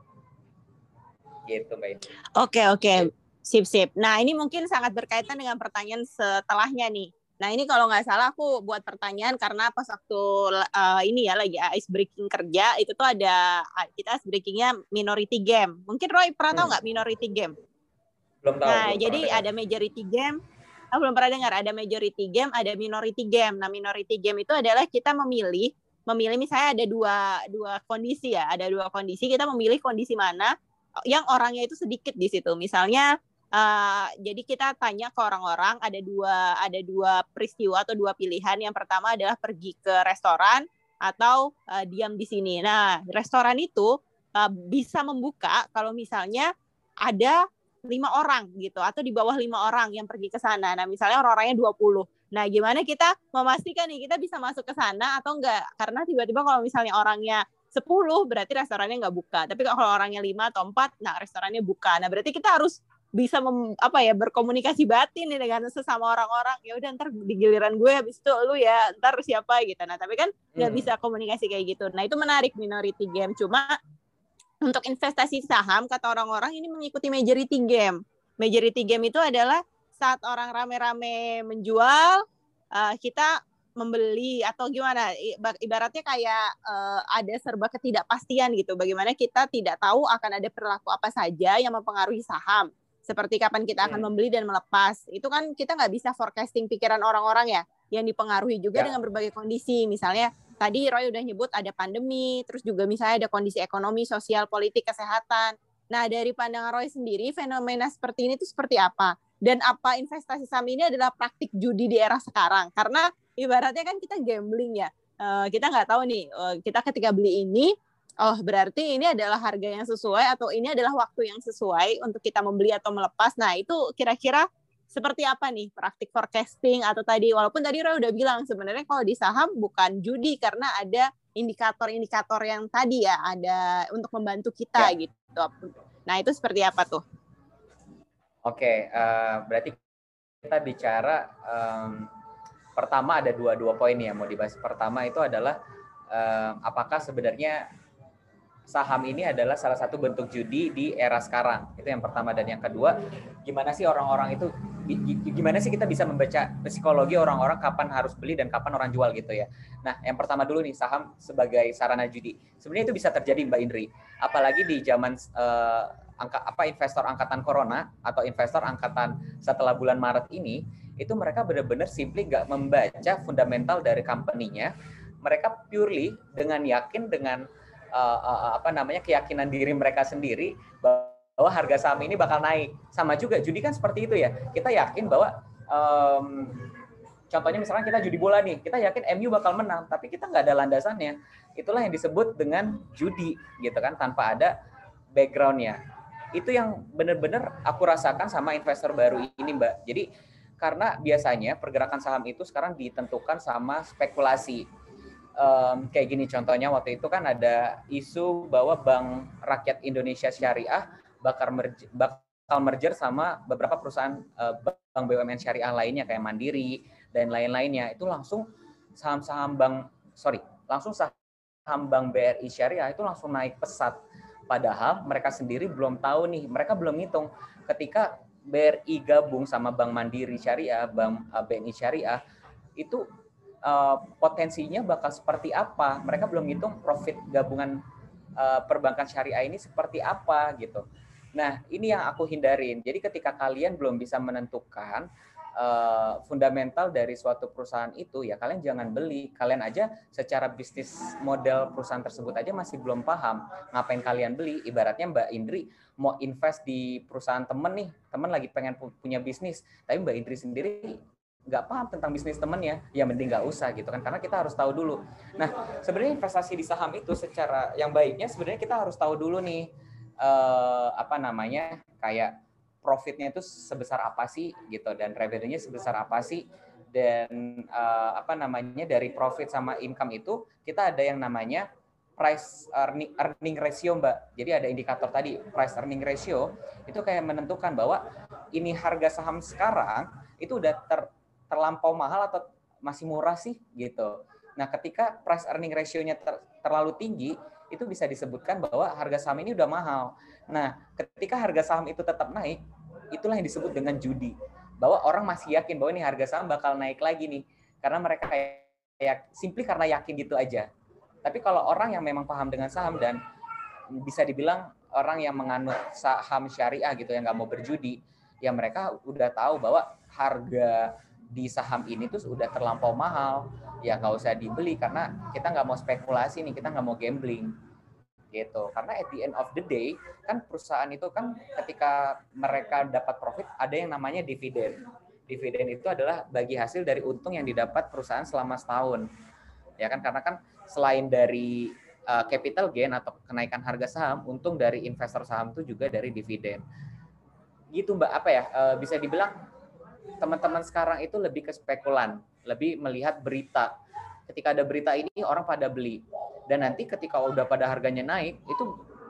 Gitu, Mbak. Oke, okay, oke. Okay. Sip, sip. Nah, ini mungkin sangat berkaitan dengan pertanyaan setelahnya nih. Nah, ini kalau nggak salah aku buat pertanyaan karena pas waktu uh, ini ya lagi ice breaking kerja, itu tuh ada kita ice breakingnya minority game. Mungkin Roy pernah hmm. tahu nggak minority game? Belum tahu. Nah, belum jadi ada majority game. Oh, belum pernah dengar. Ada majority game, ada minority game. Nah, minority game itu adalah kita memilih, memilih misalnya ada dua dua kondisi ya, ada dua kondisi. Kita memilih kondisi mana yang orangnya itu sedikit di situ. Misalnya. Uh, jadi kita tanya ke orang-orang ada dua ada dua peristiwa atau dua pilihan. Yang pertama adalah pergi ke restoran atau uh, diam di sini. Nah, restoran itu uh, bisa membuka kalau misalnya ada lima orang gitu atau di bawah lima orang yang pergi ke sana. Nah, misalnya orang-orangnya dua puluh. Nah, gimana kita memastikan nih kita bisa masuk ke sana atau enggak? Karena tiba-tiba kalau misalnya orangnya sepuluh berarti restorannya nggak buka. Tapi kalau orangnya lima atau empat, nah restorannya buka. Nah, berarti kita harus bisa mem, apa ya berkomunikasi batin nih dengan sesama orang-orang. Ya udah ntar di giliran gue habis itu lu ya ntar siapa gitu. Nah tapi kan nggak hmm. bisa komunikasi kayak gitu. Nah itu menarik minority game. Cuma untuk investasi saham kata orang-orang ini mengikuti majority game. Majority game itu adalah saat orang rame-rame menjual uh, kita membeli atau gimana, ibaratnya kayak uh, ada serba ketidakpastian gitu. Bagaimana kita tidak tahu akan ada perilaku apa saja yang mempengaruhi saham. Seperti kapan kita akan membeli dan melepas. Itu kan kita nggak bisa forecasting pikiran orang-orang ya, yang dipengaruhi juga ya. Dengan berbagai kondisi. Misalnya tadi Roy udah nyebut ada pandemi, terus juga misalnya ada kondisi ekonomi, sosial, politik, kesehatan. Nah dari pandangan Roy sendiri, fenomena seperti ini tuh seperti apa? Dan apa investasi saham ini adalah praktik judi di era sekarang? Karena ibaratnya kan kita gambling ya. Uh, kita nggak tahu nih, uh, kita ketika beli ini, oh berarti ini adalah harga yang sesuai atau ini adalah waktu yang sesuai untuk kita membeli atau melepas. Nah itu kira-kira seperti apa nih praktik forecasting atau tadi, walaupun tadi Roy udah bilang sebenarnya kalau di saham bukan judi karena ada indikator-indikator yang tadi ya, ada untuk membantu kita ya. Gitu. Nah itu seperti apa tuh? Oke, uh, berarti kita bicara um, pertama ada dua dua poin ya mau dibahas. Pertama itu adalah um, apakah sebenarnya saham ini adalah salah satu bentuk judi di era sekarang. Itu yang pertama. Dan yang kedua, gimana sih orang-orang itu gimana sih kita bisa membaca psikologi orang-orang kapan harus beli dan kapan orang jual gitu ya. Nah, yang pertama dulu nih, saham sebagai sarana judi. Sebenarnya itu bisa terjadi Mbak Indri, apalagi di zaman uh, angka apa investor angkatan corona atau investor angkatan setelah bulan Maret ini, itu mereka benar-benar simply nggak membaca fundamental dari company-nya. Mereka purely dengan yakin dengan uh, uh, apa namanya keyakinan diri mereka sendiri bahwa bahwa harga saham ini bakal naik. Sama juga judi kan seperti itu ya. Kita yakin bahwa um, contohnya misalkan kita judi bola nih, kita yakin M U bakal menang, tapi kita nggak ada landasannya. Itulah yang disebut dengan judi gitu kan, tanpa ada background-nya. Itu yang benar-benar aku rasakan sama investor baru ini, Mbak. Jadi karena biasanya pergerakan saham itu sekarang ditentukan sama spekulasi. Um, kayak gini contohnya, waktu itu kan ada isu bahwa Bank Rakyat Indonesia Syariah bakal merger, bakal merger sama beberapa perusahaan uh, bank B U M N syariah lainnya kayak Mandiri dan lain-lainnya. Itu langsung saham-saham bank sorry langsung saham bank B R I Syariah itu langsung naik pesat. Padahal mereka sendiri belum tahu nih, mereka belum ngitung ketika B R I gabung sama Bank Mandiri Syariah, Bank uh, B N I Syariah, itu uh, potensinya bakal seperti apa. Mereka belum ngitung profit gabungan uh, perbankan syariah ini seperti apa gitu. Nah, ini yang aku hindarin. Jadi ketika kalian belum bisa menentukan uh, fundamental dari suatu perusahaan itu, ya kalian jangan beli. Kalian aja secara bisnis model perusahaan tersebut aja masih belum paham. Ngapain kalian beli? Ibaratnya Mbak Indri mau invest di perusahaan temen nih, temen lagi pengen punya bisnis, tapi Mbak Indri sendiri nggak paham tentang bisnis temennya, ya mending nggak usah gitu kan, karena kita harus tahu dulu. Nah, sebenarnya investasi di saham itu secara yang baiknya sebenarnya kita harus tahu dulu nih, Uh, apa namanya kayak profitnya itu sebesar apa sih gitu, dan revenue-nya sebesar apa sih, dan uh, apa namanya dari profit sama income itu kita ada yang namanya price earning, earning ratio Mbak. Jadi ada indikator tadi price earning ratio, itu kayak menentukan bahwa ini harga saham sekarang itu udah ter, terlampau mahal atau masih murah sih gitu. Nah, ketika price earning ratio-nya ter, terlalu tinggi, itu bisa disebutkan bahwa harga saham ini udah mahal. Nah, ketika harga saham itu tetap naik, itulah yang disebut dengan judi. Bahwa orang masih yakin bahwa ini harga saham bakal naik lagi nih. Karena mereka kayak, kayak simply karena yakin gitu aja. Tapi kalau orang yang memang paham dengan saham dan bisa dibilang orang yang menganut saham syariah gitu, yang nggak mau berjudi, ya mereka udah tahu bahwa harga di saham ini tuh udah terlampau mahal, ya nggak usah dibeli karena kita nggak mau spekulasi nih, kita nggak mau gambling gitu. Karena at the end of the day kan perusahaan itu kan ketika mereka dapat profit ada yang namanya dividen. Dividen itu adalah bagi hasil dari untung yang didapat perusahaan selama setahun, ya kan, karena kan selain dari uh, capital gain atau kenaikan harga saham, untung dari investor saham itu juga dari dividen. Gitu Mbak, apa ya, uh, bisa dibilang teman-teman sekarang itu lebih ke spekulan, lebih melihat berita. Ketika ada berita ini orang pada beli, dan nanti ketika udah pada harganya naik, itu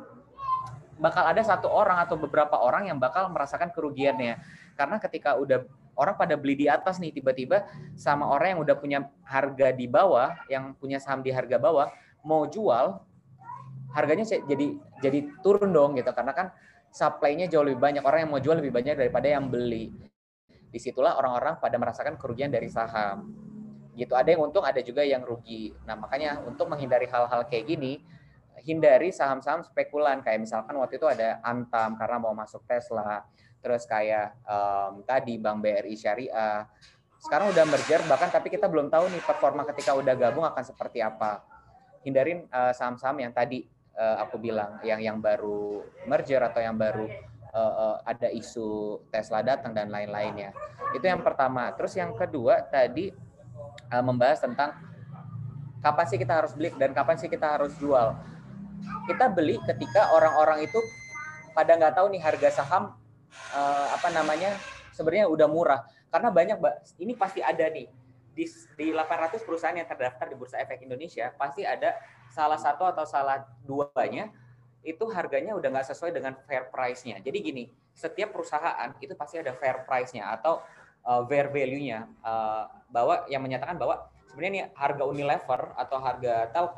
bakal ada satu orang atau beberapa orang yang bakal merasakan kerugiannya. Karena ketika udah orang pada beli di atas nih, tiba-tiba sama orang yang udah punya harga di bawah, yang punya saham di harga bawah, mau jual, harganya jadi jadi turun dong gitu, karena kan supply-nya jauh lebih banyak, orang yang mau jual lebih banyak daripada yang beli. Disitulah orang-orang pada merasakan kerugian dari saham gitu. Ada yang untung, ada juga yang rugi. Nah, makanya untuk menghindari hal-hal kayak gini, hindari saham-saham spekulan, kayak misalkan waktu itu ada Antam karena mau masuk Tesla, terus kayak um, tadi Bank B R I Syariah sekarang udah merger bahkan, tapi kita belum tahu nih performa ketika udah gabung akan seperti apa. Hindarin uh, saham-saham yang tadi uh, aku bilang, yang yang baru merger atau yang baru uh, uh, ada isu Tesla datang dan lain-lainnya. Itu yang pertama. Terus yang kedua tadi uh, membahas tentang kapan sih kita harus beli dan kapan sih kita harus jual. Kita beli ketika orang-orang itu pada nggak tahu nih harga saham uh, apa namanya sebenarnya udah murah. Karena banyak, Mbak, ini pasti ada nih di, di delapan ratus perusahaan yang terdaftar di Bursa Efek Indonesia, pasti ada salah satu atau salah duanya itu harganya udah nggak sesuai dengan fair price-nya. Jadi gini, setiap perusahaan itu pasti ada fair price-nya atau uh, fair value-nya, uh, bahwa yang menyatakan bahwa sebenarnya nih harga Unilever atau harga Telkom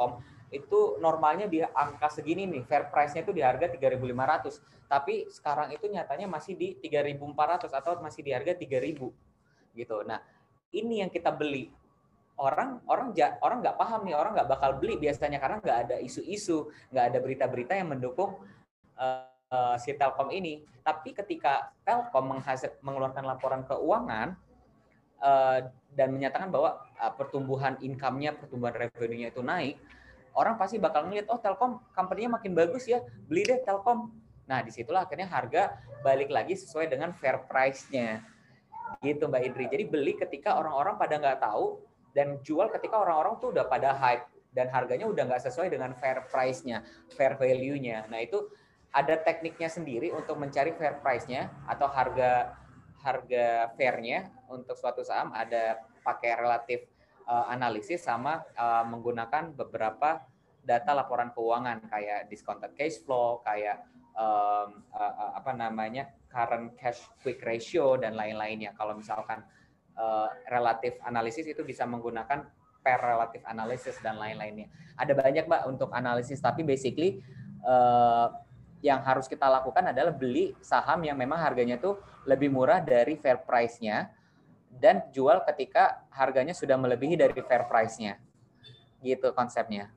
itu normalnya di angka segini nih, fair price-nya itu di harga tiga ribu lima ratus, tapi sekarang itu nyatanya masih di tiga ribu empat ratus atau masih di harga tiga ribu gitu. Nah, ini yang kita beli. Orang orang orang nggak paham nih, orang nggak bakal beli biasanya karena nggak ada isu-isu, nggak ada berita-berita yang mendukung uh, uh, si Telkom ini. Tapi ketika Telkom menghasil, mengeluarkan laporan keuangan uh, dan menyatakan bahwa uh, pertumbuhan income-nya, pertumbuhan revenue-nya itu naik, orang pasti bakal ngeliat, oh Telkom company-nya makin bagus ya, beli deh Telkom. Nah, disitulah akhirnya harga balik lagi sesuai dengan fair price-nya. Gitu Mbak Indri. Jadi beli ketika orang-orang pada nggak tahu, dan jual ketika orang-orang tuh udah pada hype, dan harganya udah nggak sesuai dengan fair price-nya, fair value-nya. Nah, itu ada tekniknya sendiri untuk mencari fair price-nya atau harga harga fair-nya untuk suatu saham. Ada pakai relatif uh, analisis sama uh, menggunakan beberapa data laporan keuangan kayak discounted cash flow, kayak um, uh, apa namanya current cash quick ratio dan lain-lainnya. Kalau misalkan uh, relatif analisis itu bisa menggunakan pair relative analysis dan lain-lainnya. Ada banyak Mbak untuk analisis, tapi basically uh, yang harus kita lakukan adalah beli saham yang memang harganya tuh lebih murah dari fair price-nya dan jual ketika harganya sudah melebihi dari fair price-nya. Gitu konsepnya.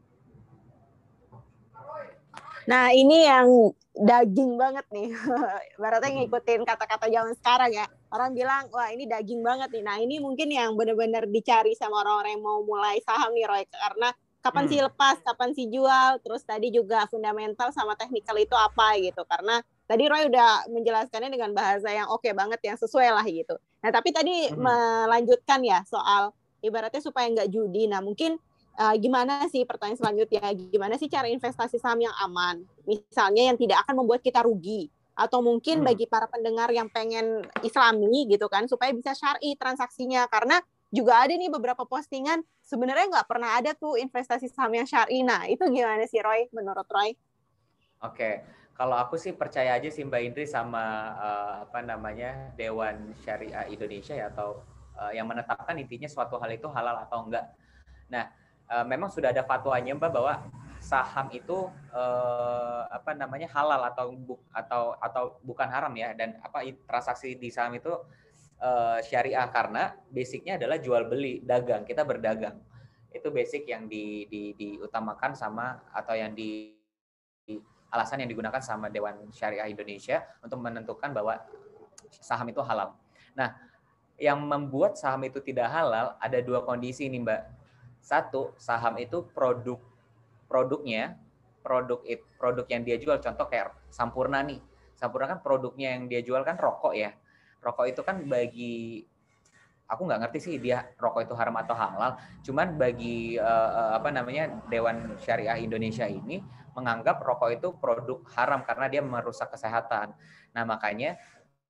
Nah, ini yang daging banget nih. Berarti ngikutin kata-kata zaman sekarang ya. Orang bilang, wah ini daging banget nih. Nah, ini mungkin yang benar-benar dicari sama orang-orang yang mau mulai saham nih, Roy. Karena kapan hmm. sih lepas, kapan sih jual, terus tadi juga fundamental sama technical itu apa gitu. Karena tadi Roy udah menjelaskannya dengan bahasa yang oke okay banget, yang sesuai lah gitu. Nah, tapi tadi hmm. melanjutkan ya soal ibaratnya supaya nggak judi. Nah, mungkin Uh, gimana sih pertanyaan selanjutnya, gimana sih cara investasi saham yang aman, misalnya yang tidak akan membuat kita rugi, atau mungkin hmm. bagi para pendengar yang pengen islami gitu kan, supaya bisa syar'i transaksinya, karena juga ada nih beberapa postingan sebenarnya nggak pernah ada tuh investasi saham yang syar'i. Nah itu gimana sih Roy, menurut Roy? Oke, kalau aku sih percaya aja sih Mbak Indri sama uh, apa namanya Dewan Syariah Indonesia ya, atau uh, yang menetapkan intinya suatu hal itu halal atau enggak. Nah Uh, memang sudah ada fatwanya Mbak bahwa saham itu uh, apa namanya halal atau bu, atau atau bukan haram ya, dan apa transaksi di saham itu uh, syariah karena basicnya adalah jual beli, dagang, kita berdagang. Itu basic yang di, di, diutamakan sama atau yang di, di alasan yang digunakan sama Dewan Syariah Indonesia untuk menentukan bahwa saham itu halal. Nah, yang membuat saham itu tidak halal ada dua kondisi nih Mbak. Satu, saham itu produk produknya, produk it, produk yang dia jual, contoh kayak Sampurna nih. Sampurna kan produknya yang dia jual kan rokok ya. Rokok itu kan bagi, aku nggak ngerti sih dia rokok itu haram atau halal. Cuman bagi uh, apa namanya Dewan Syariah Indonesia ini menganggap rokok itu produk haram karena dia merusak kesehatan. Nah makanya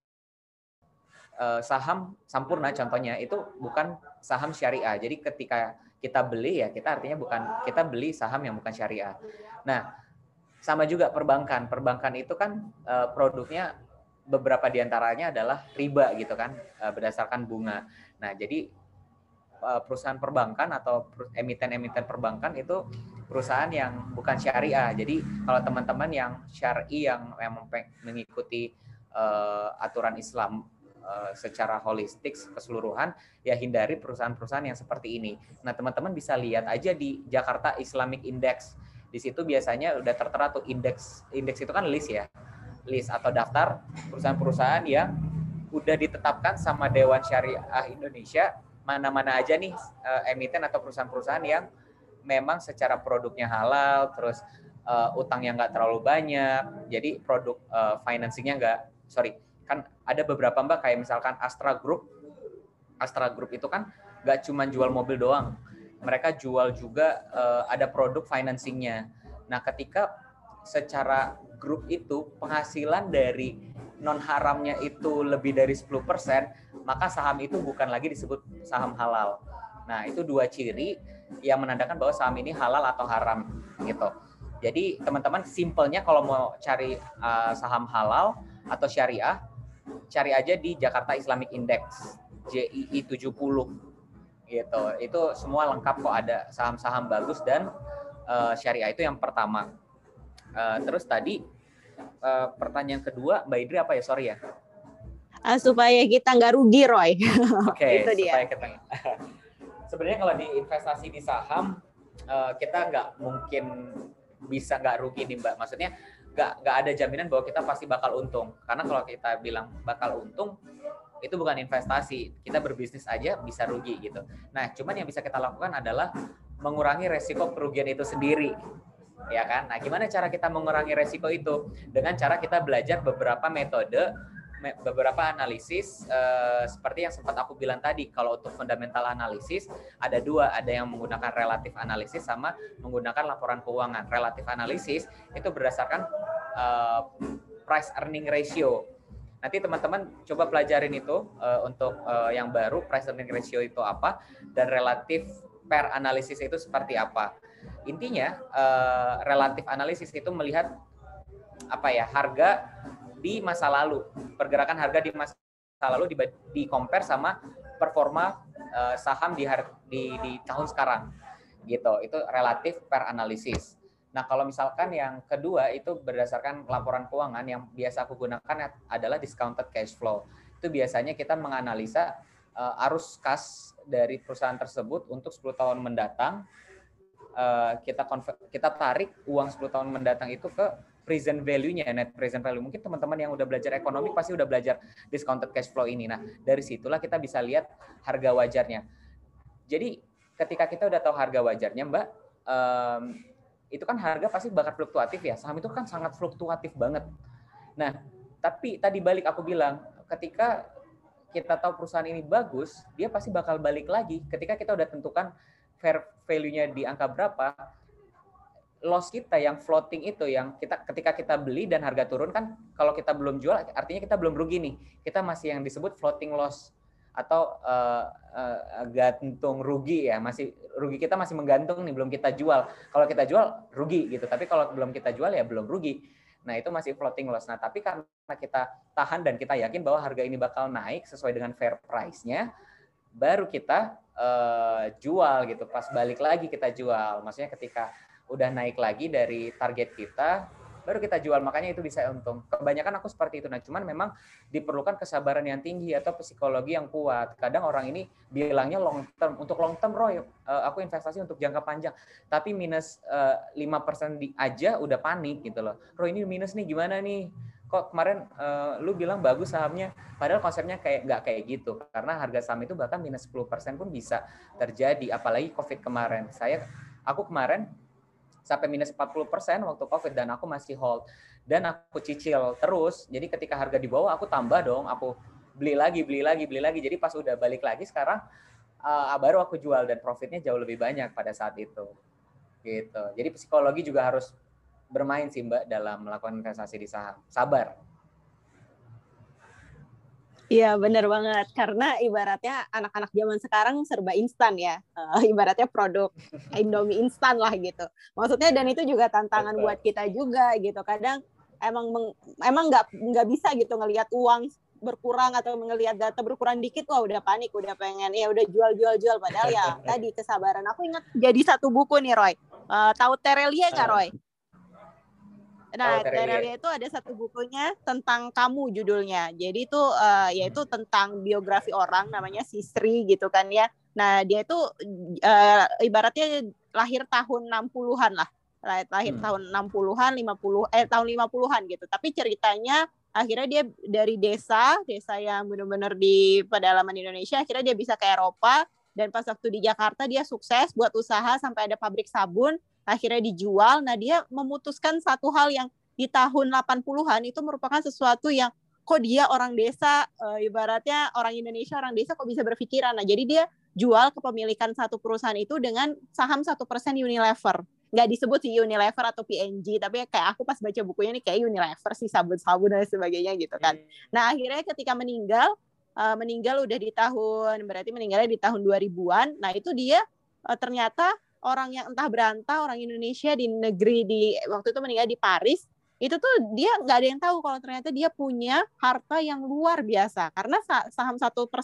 uh, saham Sampurna contohnya itu bukan saham syariah. Jadi ketika kita beli ya kita artinya bukan kita beli saham yang bukan syariah. Nah, sama juga perbankan. Perbankan itu kan uh, produknya beberapa diantaranya adalah riba gitu kan, uh, berdasarkan bunga. Nah, jadi uh, perusahaan perbankan atau emiten-emiten perbankan itu perusahaan yang bukan syariah. Jadi kalau teman-teman yang syar'i yang, yang mengikuti uh, aturan Islam secara holistik keseluruhan, ya hindari perusahaan-perusahaan yang seperti ini. Nah, teman-teman bisa lihat aja di Jakarta Islamic Index. Di situ biasanya udah tertera tuh indeks. Indeks itu kan list ya. List atau daftar perusahaan-perusahaan yang udah ditetapkan sama Dewan Syariah Indonesia, mana-mana aja nih emiten atau perusahaan-perusahaan yang memang secara produknya halal, terus uh, utangnya nggak terlalu banyak, jadi produk uh, financingnya nggak, sorry, kan ada beberapa Mbak kayak misalkan Astra Group. Astra Group itu kan nggak cuma jual mobil doang. Mereka jual juga uh, ada produk financingnya. Nah, ketika secara grup itu penghasilan dari non haramnya itu lebih dari sepuluh persen, maka saham itu bukan lagi disebut saham halal. Nah, itu dua ciri yang menandakan bahwa saham ini halal atau haram gitu. Jadi, teman-teman simpelnya kalau mau cari uh, saham halal atau syariah, cari aja di Jakarta Islamic Index J I I tujuh puluh gitu. Itu semua lengkap kok, ada saham-saham bagus dan uh, syariah. Itu yang pertama. Uh, terus tadi uh, pertanyaan kedua, Mbak Idri apa ya? Sorry ya. Uh, supaya kita nggak rugi, Roy. Oke, okay, supaya dia. kita. Sebenarnya kalau di investasi di saham, uh, kita nggak mungkin bisa nggak rugi nih, Mbak. Maksudnya nggak nggak ada jaminan bahwa kita pasti bakal untung. Karena kalau kita bilang bakal untung, itu bukan investasi. Kita berbisnis aja bisa rugi gitu. Nah, cuman yang bisa kita lakukan adalah mengurangi resiko kerugian itu sendiri. Ya kan? Nah, gimana cara kita mengurangi resiko itu? Dengan cara kita belajar beberapa metode, beberapa analisis eh, seperti yang sempat aku bilang tadi. Kalau untuk fundamental analisis ada dua, ada yang menggunakan relatif analisis sama menggunakan laporan keuangan. Relatif analisis itu berdasarkan eh, price earning ratio. Nanti teman-teman coba pelajarin itu uh, untuk uh, yang baru, price earning ratio itu apa dan relatif pair analisis itu seperti apa. Intinya uh, relatif analisis itu melihat apa ya, harga di masa lalu, pergerakan harga di masa lalu di, di compare sama performa uh, saham di, di di tahun sekarang gitu. Itu relatif pair analisis. Nah, kalau misalkan yang kedua itu berdasarkan laporan keuangan, yang biasa aku gunakan adalah discounted cash flow. Itu biasanya kita menganalisa uh, arus kas dari perusahaan tersebut untuk sepuluh tahun mendatang. Uh, kita kita tarik uang sepuluh tahun mendatang itu ke present value-nya, net present value. Mungkin teman-teman yang udah belajar ekonomi pasti udah belajar discounted cash flow ini. Nah, dari situlah kita bisa lihat harga wajarnya. Jadi, ketika kita udah tahu harga wajarnya, Mbak, um, itu kan harga pasti bakal fluktuatif ya. Saham itu kan sangat fluktuatif banget. Nah, tapi tadi balik aku bilang, ketika kita tahu perusahaan ini bagus, dia pasti bakal balik lagi. Ketika kita udah tentukan fair value-nya di angka berapa, loss kita yang floating itu, yang kita ketika kita beli dan harga turun kan, kalau kita belum jual, artinya kita belum rugi nih. Kita masih yang disebut floating loss atau uh, uh, gantung rugi ya, masih rugi kita masih menggantung nih, belum kita jual. Kalau kita jual rugi gitu, tapi kalau belum kita jual ya belum rugi. Nah, itu masih floating loss. Nah, tapi karena kita tahan dan kita yakin bahwa harga ini bakal naik sesuai dengan fair price-nya, baru kita uh, jual gitu. Pas balik lagi kita jual. Maksudnya ketika udah naik lagi dari target kita, baru kita jual, makanya itu bisa untung. Kebanyakan aku seperti itu. Nah, cuman memang diperlukan kesabaran yang tinggi atau psikologi yang kuat. Kadang orang ini bilangnya long term. Untuk long term, Roy, aku investasi untuk jangka panjang. Tapi minus lima persen aja udah panik gitu loh. Roy, ini minus nih, gimana nih? Kok kemarin uh, lu bilang bagus sahamnya? Padahal konsepnya kayak nggak kayak gitu. Karena harga saham itu bahkan minus sepuluh persen pun bisa terjadi. Apalagi COVID kemarin. Saya, aku kemarin sampai minus empat puluh persen waktu COVID dan aku masih hold dan aku cicil terus. Jadi ketika harga di bawah aku tambah dong, aku beli lagi, beli lagi, beli lagi. Jadi pas udah balik lagi sekarang uh, baru aku jual dan profitnya jauh lebih banyak pada saat itu. Gitu. Jadi psikologi juga harus bermain sih, Mbak, dalam melakukan investasi di saham. Sabar. Iya, benar banget. Karena ibaratnya anak-anak zaman sekarang serba instan ya. Uh, ibaratnya produk Indomie instan lah gitu. Maksudnya, dan itu juga tantangan Betul. buat kita juga gitu. Kadang emang meng, emang nggak nggak bisa gitu ngelihat uang berkurang atau ngelihat data berkurang dikit, wah udah panik, udah pengen ya udah jual jual jual. Padahal ya tadi kesabaran. Aku ingat jadi satu buku nih, Roy. Uh, tahu Terelia nggak, Roy? Nah, Terelia itu ada satu bukunya tentang kamu judulnya. Jadi itu uh, yaitu tentang biografi orang namanya Sisri gitu kan ya. Nah, dia itu uh, ibaratnya lahir tahun enam puluhan lah. Lahir hmm. tahun enam puluhan, lima puluh eh tahun lima puluhan gitu. Tapi ceritanya akhirnya dia dari desa, desa yang benar-benar di pedalaman Indonesia, akhirnya dia bisa ke Eropa dan pas waktu di Jakarta dia sukses buat usaha sampai ada pabrik sabun. Akhirnya dijual. Nah, dia memutuskan satu hal yang di tahun delapan puluhan itu merupakan sesuatu yang kok dia orang desa, e, ibaratnya orang Indonesia, orang desa kok bisa berpikiran. Nah, jadi dia jual kepemilikan satu perusahaan itu dengan saham satu persen Unilever. Nggak disebut si Unilever atau P and G, tapi kayak aku pas baca bukunya nih kayak Unilever sih, sabun-sabun dan sebagainya gitu kan. Nah, akhirnya ketika meninggal, e, meninggal udah di tahun, berarti meninggalnya di tahun dua ribuan. Nah, itu dia e, ternyata orang yang entah berantah, orang Indonesia di negeri di waktu itu meninggal di Paris, itu tuh dia nggak ada yang tahu kalau ternyata dia punya harta yang luar biasa karena saham satu persen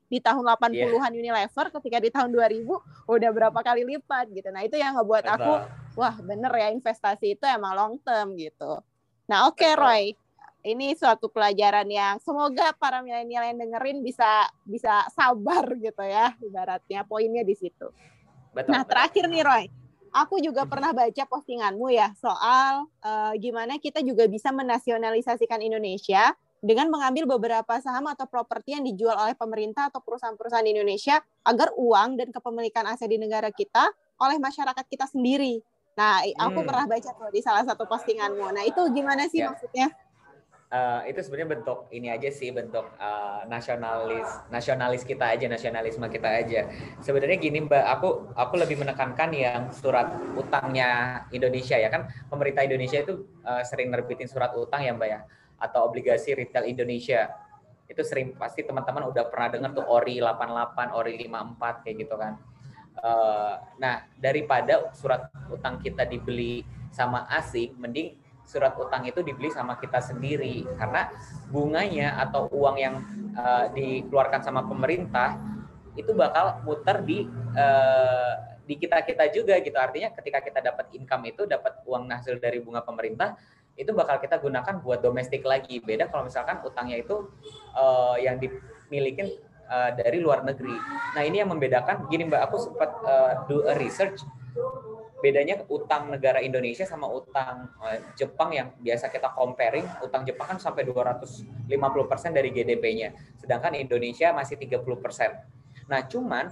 di tahun delapan puluhan yeah. Unilever, ketika di tahun dua ribu udah berapa kali lipat gitu. Nah itu yang ngebuat aku, wah bener ya investasi itu emang long term gitu. Nah oke okay, Roy, ini suatu pelajaran yang semoga para milenial yang dengerin bisa bisa sabar gitu ya, ibaratnya poinnya di situ. Betul, nah terakhir nih Roy, aku juga pernah baca postinganmu ya soal uh, gimana kita juga bisa menasionalisasikan Indonesia dengan mengambil beberapa saham atau properti yang dijual oleh pemerintah atau perusahaan-perusahaan di Indonesia agar uang dan kepemilikan aset di negara kita oleh masyarakat kita sendiri. Nah, aku hmm. pernah baca tuh di salah satu postinganmu. Nah, itu gimana sih ya. maksudnya? Uh, itu sebenarnya bentuk ini aja sih, bentuk uh, nasionalis nasionalis kita aja, nasionalisme kita aja. Sebenarnya gini Mbak, aku aku lebih menekankan yang surat utangnya Indonesia ya kan, pemerintah Indonesia itu uh, sering nerbitin surat utang ya Mbak ya, atau obligasi retail Indonesia. Itu sering pasti teman-teman udah pernah dengar tuh O R I delapan puluh delapan, O R I lima puluh empat kayak gitu kan. Uh, nah, daripada surat utang kita dibeli sama asing, mending surat utang itu dibeli sama kita sendiri, karena bunganya atau uang yang uh, dikeluarkan sama pemerintah itu bakal muter di uh, di kita-kita juga gitu. Artinya ketika kita dapat income itu, dapat uang hasil dari bunga pemerintah, itu bakal kita gunakan buat domestik lagi. Beda kalau misalkan utangnya itu uh, yang dimiliki uh, dari luar negeri. Nah ini yang membedakan. Gini Mbak, aku sempat uh, do a research. Bedanya utang negara Indonesia sama utang uh, Jepang yang biasa kita comparing, utang Jepang kan sampai dua ratus lima puluh persen dari G D P-nya, sedangkan Indonesia masih tiga puluh persen. Nah, cuman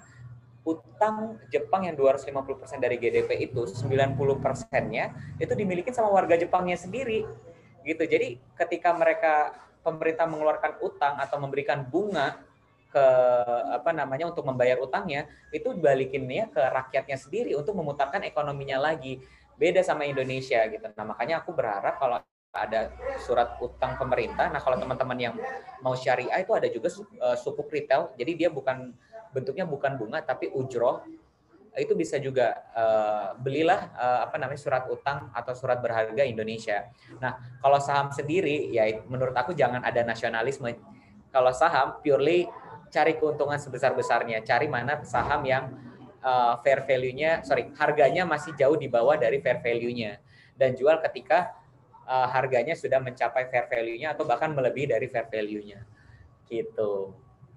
utang Jepang yang dua ratus lima puluh persen dari G D P itu sembilan puluh persennya itu dimiliki sama warga Jepangnya sendiri. Gitu. Jadi ketika mereka pemerintah mengeluarkan utang atau memberikan bunga ke apa namanya untuk membayar utangnya, itu balikinnya ke rakyatnya sendiri untuk memutarkan ekonominya lagi. Beda sama Indonesia gitu. Nah, makanya aku berharap kalau ada surat utang pemerintah, nah kalau teman-teman yang mau syariah itu ada juga uh, sukuk retail. Jadi dia bukan bentuknya bukan bunga tapi ujroh. Itu bisa juga uh, belilah uh, apa namanya surat utang atau surat berharga Indonesia. Nah, kalau saham sendiri ya menurut aku jangan ada nasionalisme. Kalau saham purely cari keuntungan sebesar-besarnya, cari mana saham yang uh, fair value-nya, sorry, harganya masih jauh di bawah dari fair value-nya, dan jual ketika uh, harganya sudah mencapai fair value-nya atau bahkan melebihi dari fair value-nya, gitu.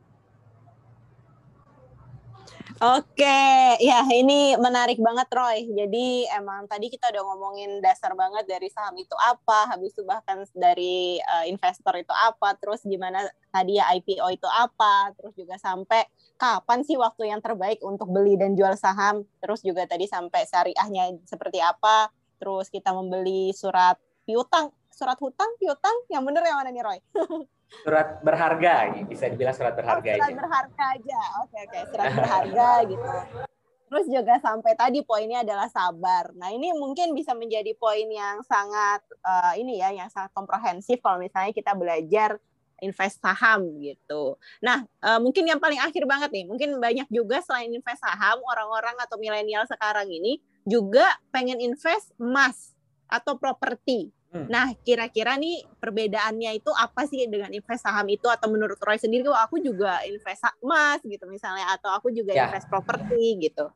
Oke, ya ini menarik banget Roy. Jadi emang tadi kita udah ngomongin dasar banget dari saham itu apa, habis itu bahkan dari uh, investor itu apa, terus gimana tadi ya I P O itu apa, terus juga sampai kapan sih waktu yang terbaik untuk beli dan jual saham, terus juga tadi sampai syariahnya seperti apa, terus kita membeli surat piutang, surat hutang, piutang, yang bener yang mana nih Roy? Surat berharga, bisa dibilang surat berharga. Oh, surat aja. berharga aja, oke oke, surat berharga gitu. Terus juga sampai tadi poinnya adalah sabar. Nah ini mungkin bisa menjadi poin yang sangat uh, ini ya, yang sangat komprehensif kalau misalnya kita belajar invest saham gitu. Nah uh, mungkin yang paling akhir banget nih, mungkin banyak juga selain invest saham, orang-orang atau milenial sekarang ini juga pengen invest emas atau properti. Nah, kira-kira nih perbedaannya itu apa sih dengan invest saham itu, atau menurut Roy sendiri, oh, aku juga invest emas gitu misalnya, atau aku juga ya. invest properti gitu.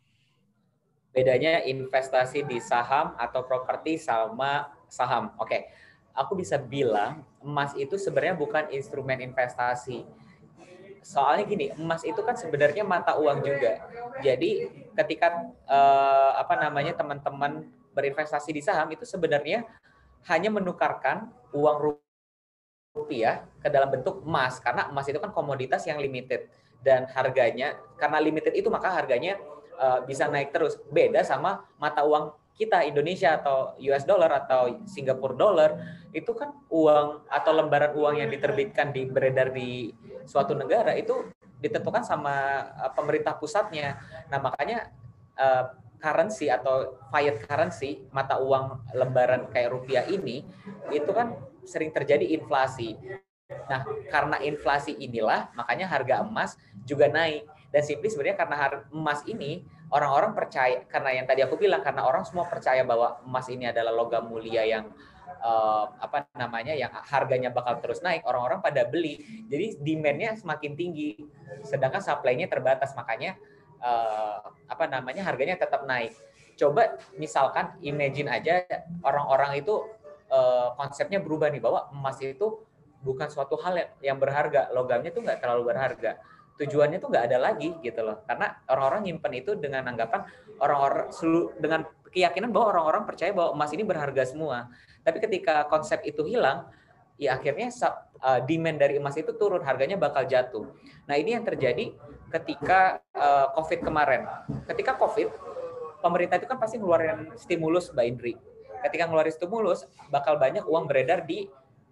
Bedanya investasi di saham atau properti sama saham. Oke, aku bisa bilang emas itu sebenarnya bukan instrumen investasi. Soalnya gini, emas itu kan sebenarnya mata uang juga. Jadi ketika eh, apa namanya teman-teman berinvestasi di saham itu sebenarnya hanya menukarkan uang rupiah ke dalam bentuk emas, karena emas itu kan komoditas yang limited dan harganya karena limited itu maka harganya uh, bisa naik terus. Beda sama mata uang kita Indonesia atau U S dollar atau Singapore dollar, itu kan uang atau lembaran uang yang diterbitkan di beredar di suatu negara itu ditentukan sama uh, pemerintah pusatnya. Nah, makanya uh, currency atau fiat currency, mata uang lembaran kayak rupiah ini, itu kan sering terjadi inflasi. Nah, karena inflasi inilah, makanya harga emas juga naik. Dan simply sebenarnya karena emas ini, orang-orang percaya, karena yang tadi aku bilang, karena orang semua percaya bahwa emas ini adalah logam mulia yang uh, apa namanya yang harganya bakal terus naik, orang-orang pada beli. Jadi demand-nya semakin tinggi, sedangkan supply-nya terbatas, makanya uh, apa namanya harganya tetap naik. Coba misalkan imagine aja orang-orang itu uh, konsepnya berubah nih, bahwa emas itu bukan suatu hal yang, yang berharga, logamnya tuh nggak terlalu berharga. Tujuannya tuh nggak ada lagi gitu loh, karena orang-orang nyimpen itu dengan anggapan orang-orang dengan keyakinan bahwa orang-orang percaya bahwa emas ini berharga semua. Tapi ketika konsep itu hilang, ya akhirnya uh, demand dari emas itu turun, harganya bakal jatuh. Nah ini yang terjadi ketika uh, COVID kemarin. Ketika COVID, pemerintah itu kan pasti ngeluarin stimulus, Mbak Indri. Ketika ngeluarin stimulus, bakal banyak uang beredar di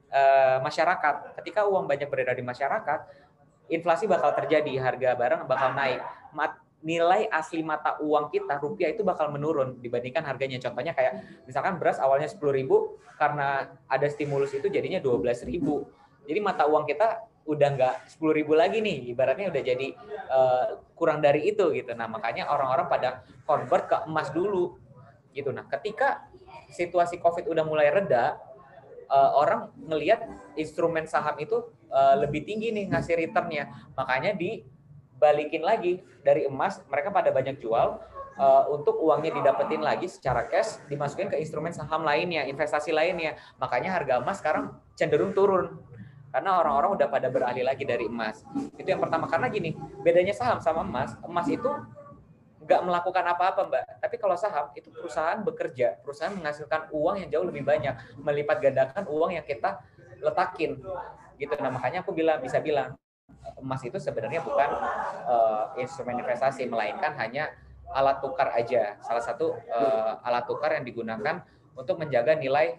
uh, masyarakat. Ketika uang banyak beredar di masyarakat, inflasi bakal terjadi, harga barang bakal naik. Mat, nilai asli mata uang kita, rupiah itu bakal menurun dibandingkan harganya. Contohnya kayak misalkan beras awalnya sepuluh ribu, karena ada stimulus itu jadinya dua belas ribu. Jadi mata uang kita udah nggak sepuluh ribu lagi nih, ibaratnya udah jadi uh, kurang dari itu gitu. Nah makanya orang-orang pada convert ke emas dulu gitu. Nah ketika situasi COVID udah mulai reda, uh, orang ngelihat instrumen saham itu uh, lebih tinggi nih ngasih returnnya, makanya dibalikin lagi dari emas, mereka pada banyak jual uh, untuk uangnya didapetin lagi secara cash, dimasukin ke instrumen saham lainnya, investasi lainnya. Makanya harga emas sekarang cenderung turun karena orang-orang udah pada beralih lagi dari emas. Itu yang pertama. Karena gini, bedanya saham sama emas, emas itu nggak melakukan apa-apa, Mbak. Tapi kalau saham itu perusahaan bekerja, perusahaan menghasilkan uang yang jauh lebih banyak, melipat gandakan uang yang kita letakin gitu. Nah makanya aku bilang bisa bilang emas itu sebenarnya bukan uh, instrumen investasi, melainkan hanya alat tukar aja, salah satu uh, alat tukar yang digunakan untuk menjaga nilai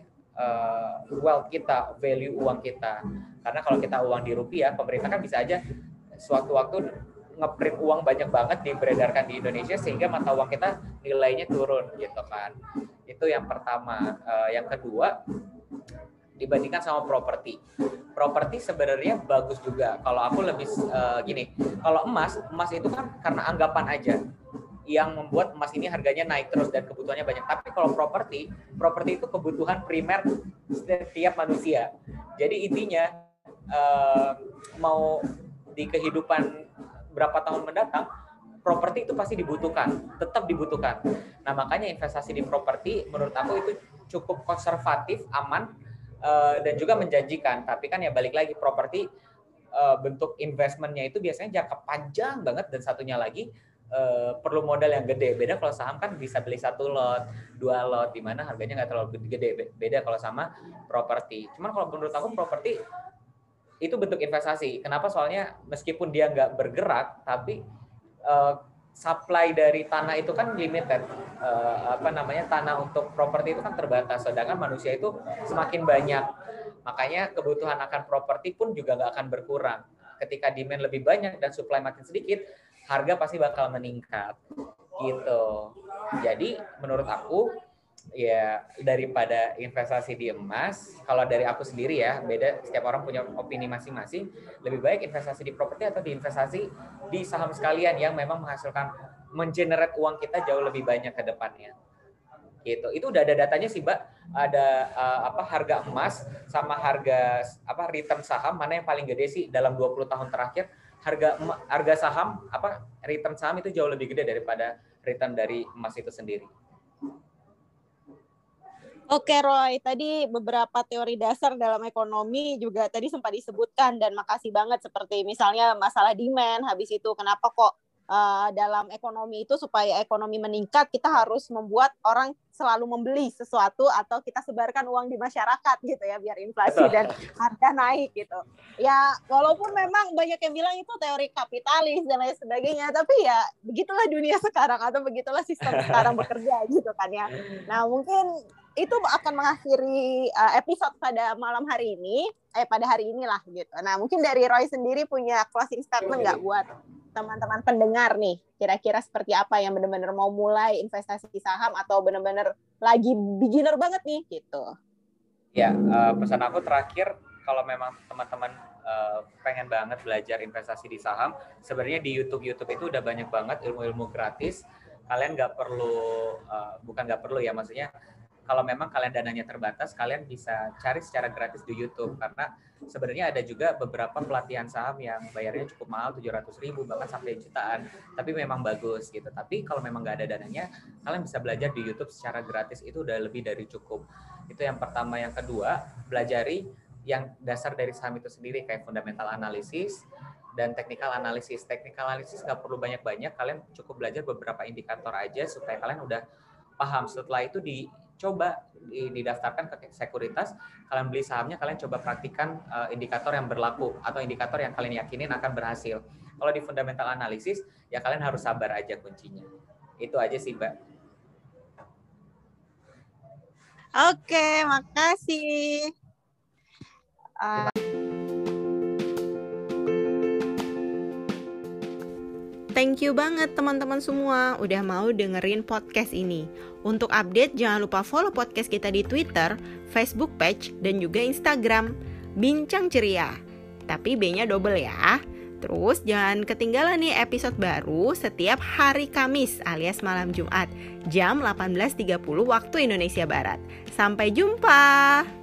uh, wealth kita, value uang kita. Karena kalau kita uang di rupiah, pemerintah kan bisa aja suatu waktu ngeprint uang banyak banget diberedarkan di Indonesia sehingga mata uang kita nilainya turun gitu kan. Itu yang pertama. Uh, yang kedua, dibandingkan sama properti. Properti sebenarnya bagus juga. Kalau aku lebih uh, gini, kalau emas, emas itu kan karena anggapan aja yang membuat emas ini harganya naik terus dan kebutuhannya banyak. Tapi kalau properti, properti itu kebutuhan primer setiap manusia. Jadi intinya uh, mau di kehidupan berapa tahun mendatang, properti itu pasti dibutuhkan, tetap dibutuhkan. Nah makanya investasi di properti menurut aku itu cukup konservatif, aman, Uh, dan juga menjanjikan. Tapi kan ya balik lagi, properti uh, bentuk investmentnya itu biasanya jangka panjang banget, dan satunya lagi uh, perlu modal yang gede. Beda kalau saham kan bisa beli satu lot, dua lot, di mana harganya nggak terlalu gede. Beda kalau sama properti. Cuman kalau menurut aku properti itu bentuk investasi. Kenapa? Soalnya meskipun dia nggak bergerak, tapi uh, supply dari tanah itu kan limited, uh, apa namanya tanah untuk properti itu kan terbatas, sedangkan manusia itu semakin banyak, makanya kebutuhan akan properti pun juga nggak akan berkurang. Ketika demand lebih banyak dan supply makin sedikit, harga pasti bakal meningkat, gitu. Jadi menurut aku ya daripada investasi di emas, kalau dari aku sendiri ya, beda, setiap orang punya opini masing-masing, lebih baik investasi di properti atau diinvestasi di saham sekalian yang memang menghasilkan, mengenerate uang kita jauh lebih banyak ke depannya. Gitu. Itu udah ada datanya sih, Mbak. Ada uh, apa harga emas sama harga apa return saham mana yang paling gede sih dalam dua puluh tahun terakhir. Harga harga saham apa return saham itu jauh lebih gede daripada return dari emas itu sendiri. Oke Roy, tadi beberapa teori dasar dalam ekonomi juga tadi sempat disebutkan, dan makasih banget, seperti misalnya masalah demand, habis itu kenapa kok uh, dalam ekonomi itu supaya ekonomi meningkat kita harus membuat orang selalu membeli sesuatu atau kita sebarkan uang di masyarakat gitu ya biar inflasi dan harga naik gitu. Ya walaupun memang banyak yang bilang itu teori kapitalis dan lain sebagainya, tapi ya begitulah dunia sekarang atau begitulah sistem sekarang bekerja gitu kan ya. Nah mungkin itu akan mengakhiri uh, episode pada malam hari ini, eh pada hari inilah gitu. Nah mungkin dari Roy sendiri punya closing statement nggak buat teman-teman pendengar nih, kira-kira seperti apa yang benar-benar mau mulai investasi di saham atau benar-benar lagi beginner banget nih gitu. Ya, uh, pesan aku terakhir, kalau memang teman-teman uh, pengen banget belajar investasi di saham, sebenarnya di YouTube YouTube itu udah banyak banget ilmu-ilmu gratis. Kalian nggak perlu, uh, bukan nggak perlu ya, maksudnya kalau memang kalian dananya terbatas, kalian bisa cari secara gratis di YouTube, karena sebenarnya ada juga beberapa pelatihan saham yang bayarnya cukup mahal, tujuh ratus ribu bahkan sampai jutaan, tapi memang bagus gitu. Tapi kalau memang nggak ada dananya, kalian bisa belajar di YouTube secara gratis, itu udah lebih dari cukup. Itu yang pertama. Yang kedua, pelajari yang dasar dari saham itu sendiri, kayak fundamental analysis dan technical analysis. Technical analysis nggak perlu banyak-banyak, kalian cukup belajar beberapa indikator aja supaya kalian udah paham. Setelah itu dicoba didaftarkan ke sekuritas, kalian beli sahamnya, kalian coba praktikan uh, indikator yang berlaku atau indikator yang kalian yakinin akan berhasil. Kalau di fundamental analysis, ya kalian harus sabar aja kuncinya. Itu aja sih, Mbak. Oke, makasih. Uh... Thank you banget teman-teman semua udah mau dengerin podcast ini. Untuk update jangan lupa follow podcast kita di Twitter, Facebook page, dan juga Instagram Bincang Ceria. Tapi B-nya double ya. Terus jangan ketinggalan nih episode baru setiap hari Kamis alias malam Jumat jam delapan belas tiga puluh waktu Indonesia Barat. Sampai jumpa.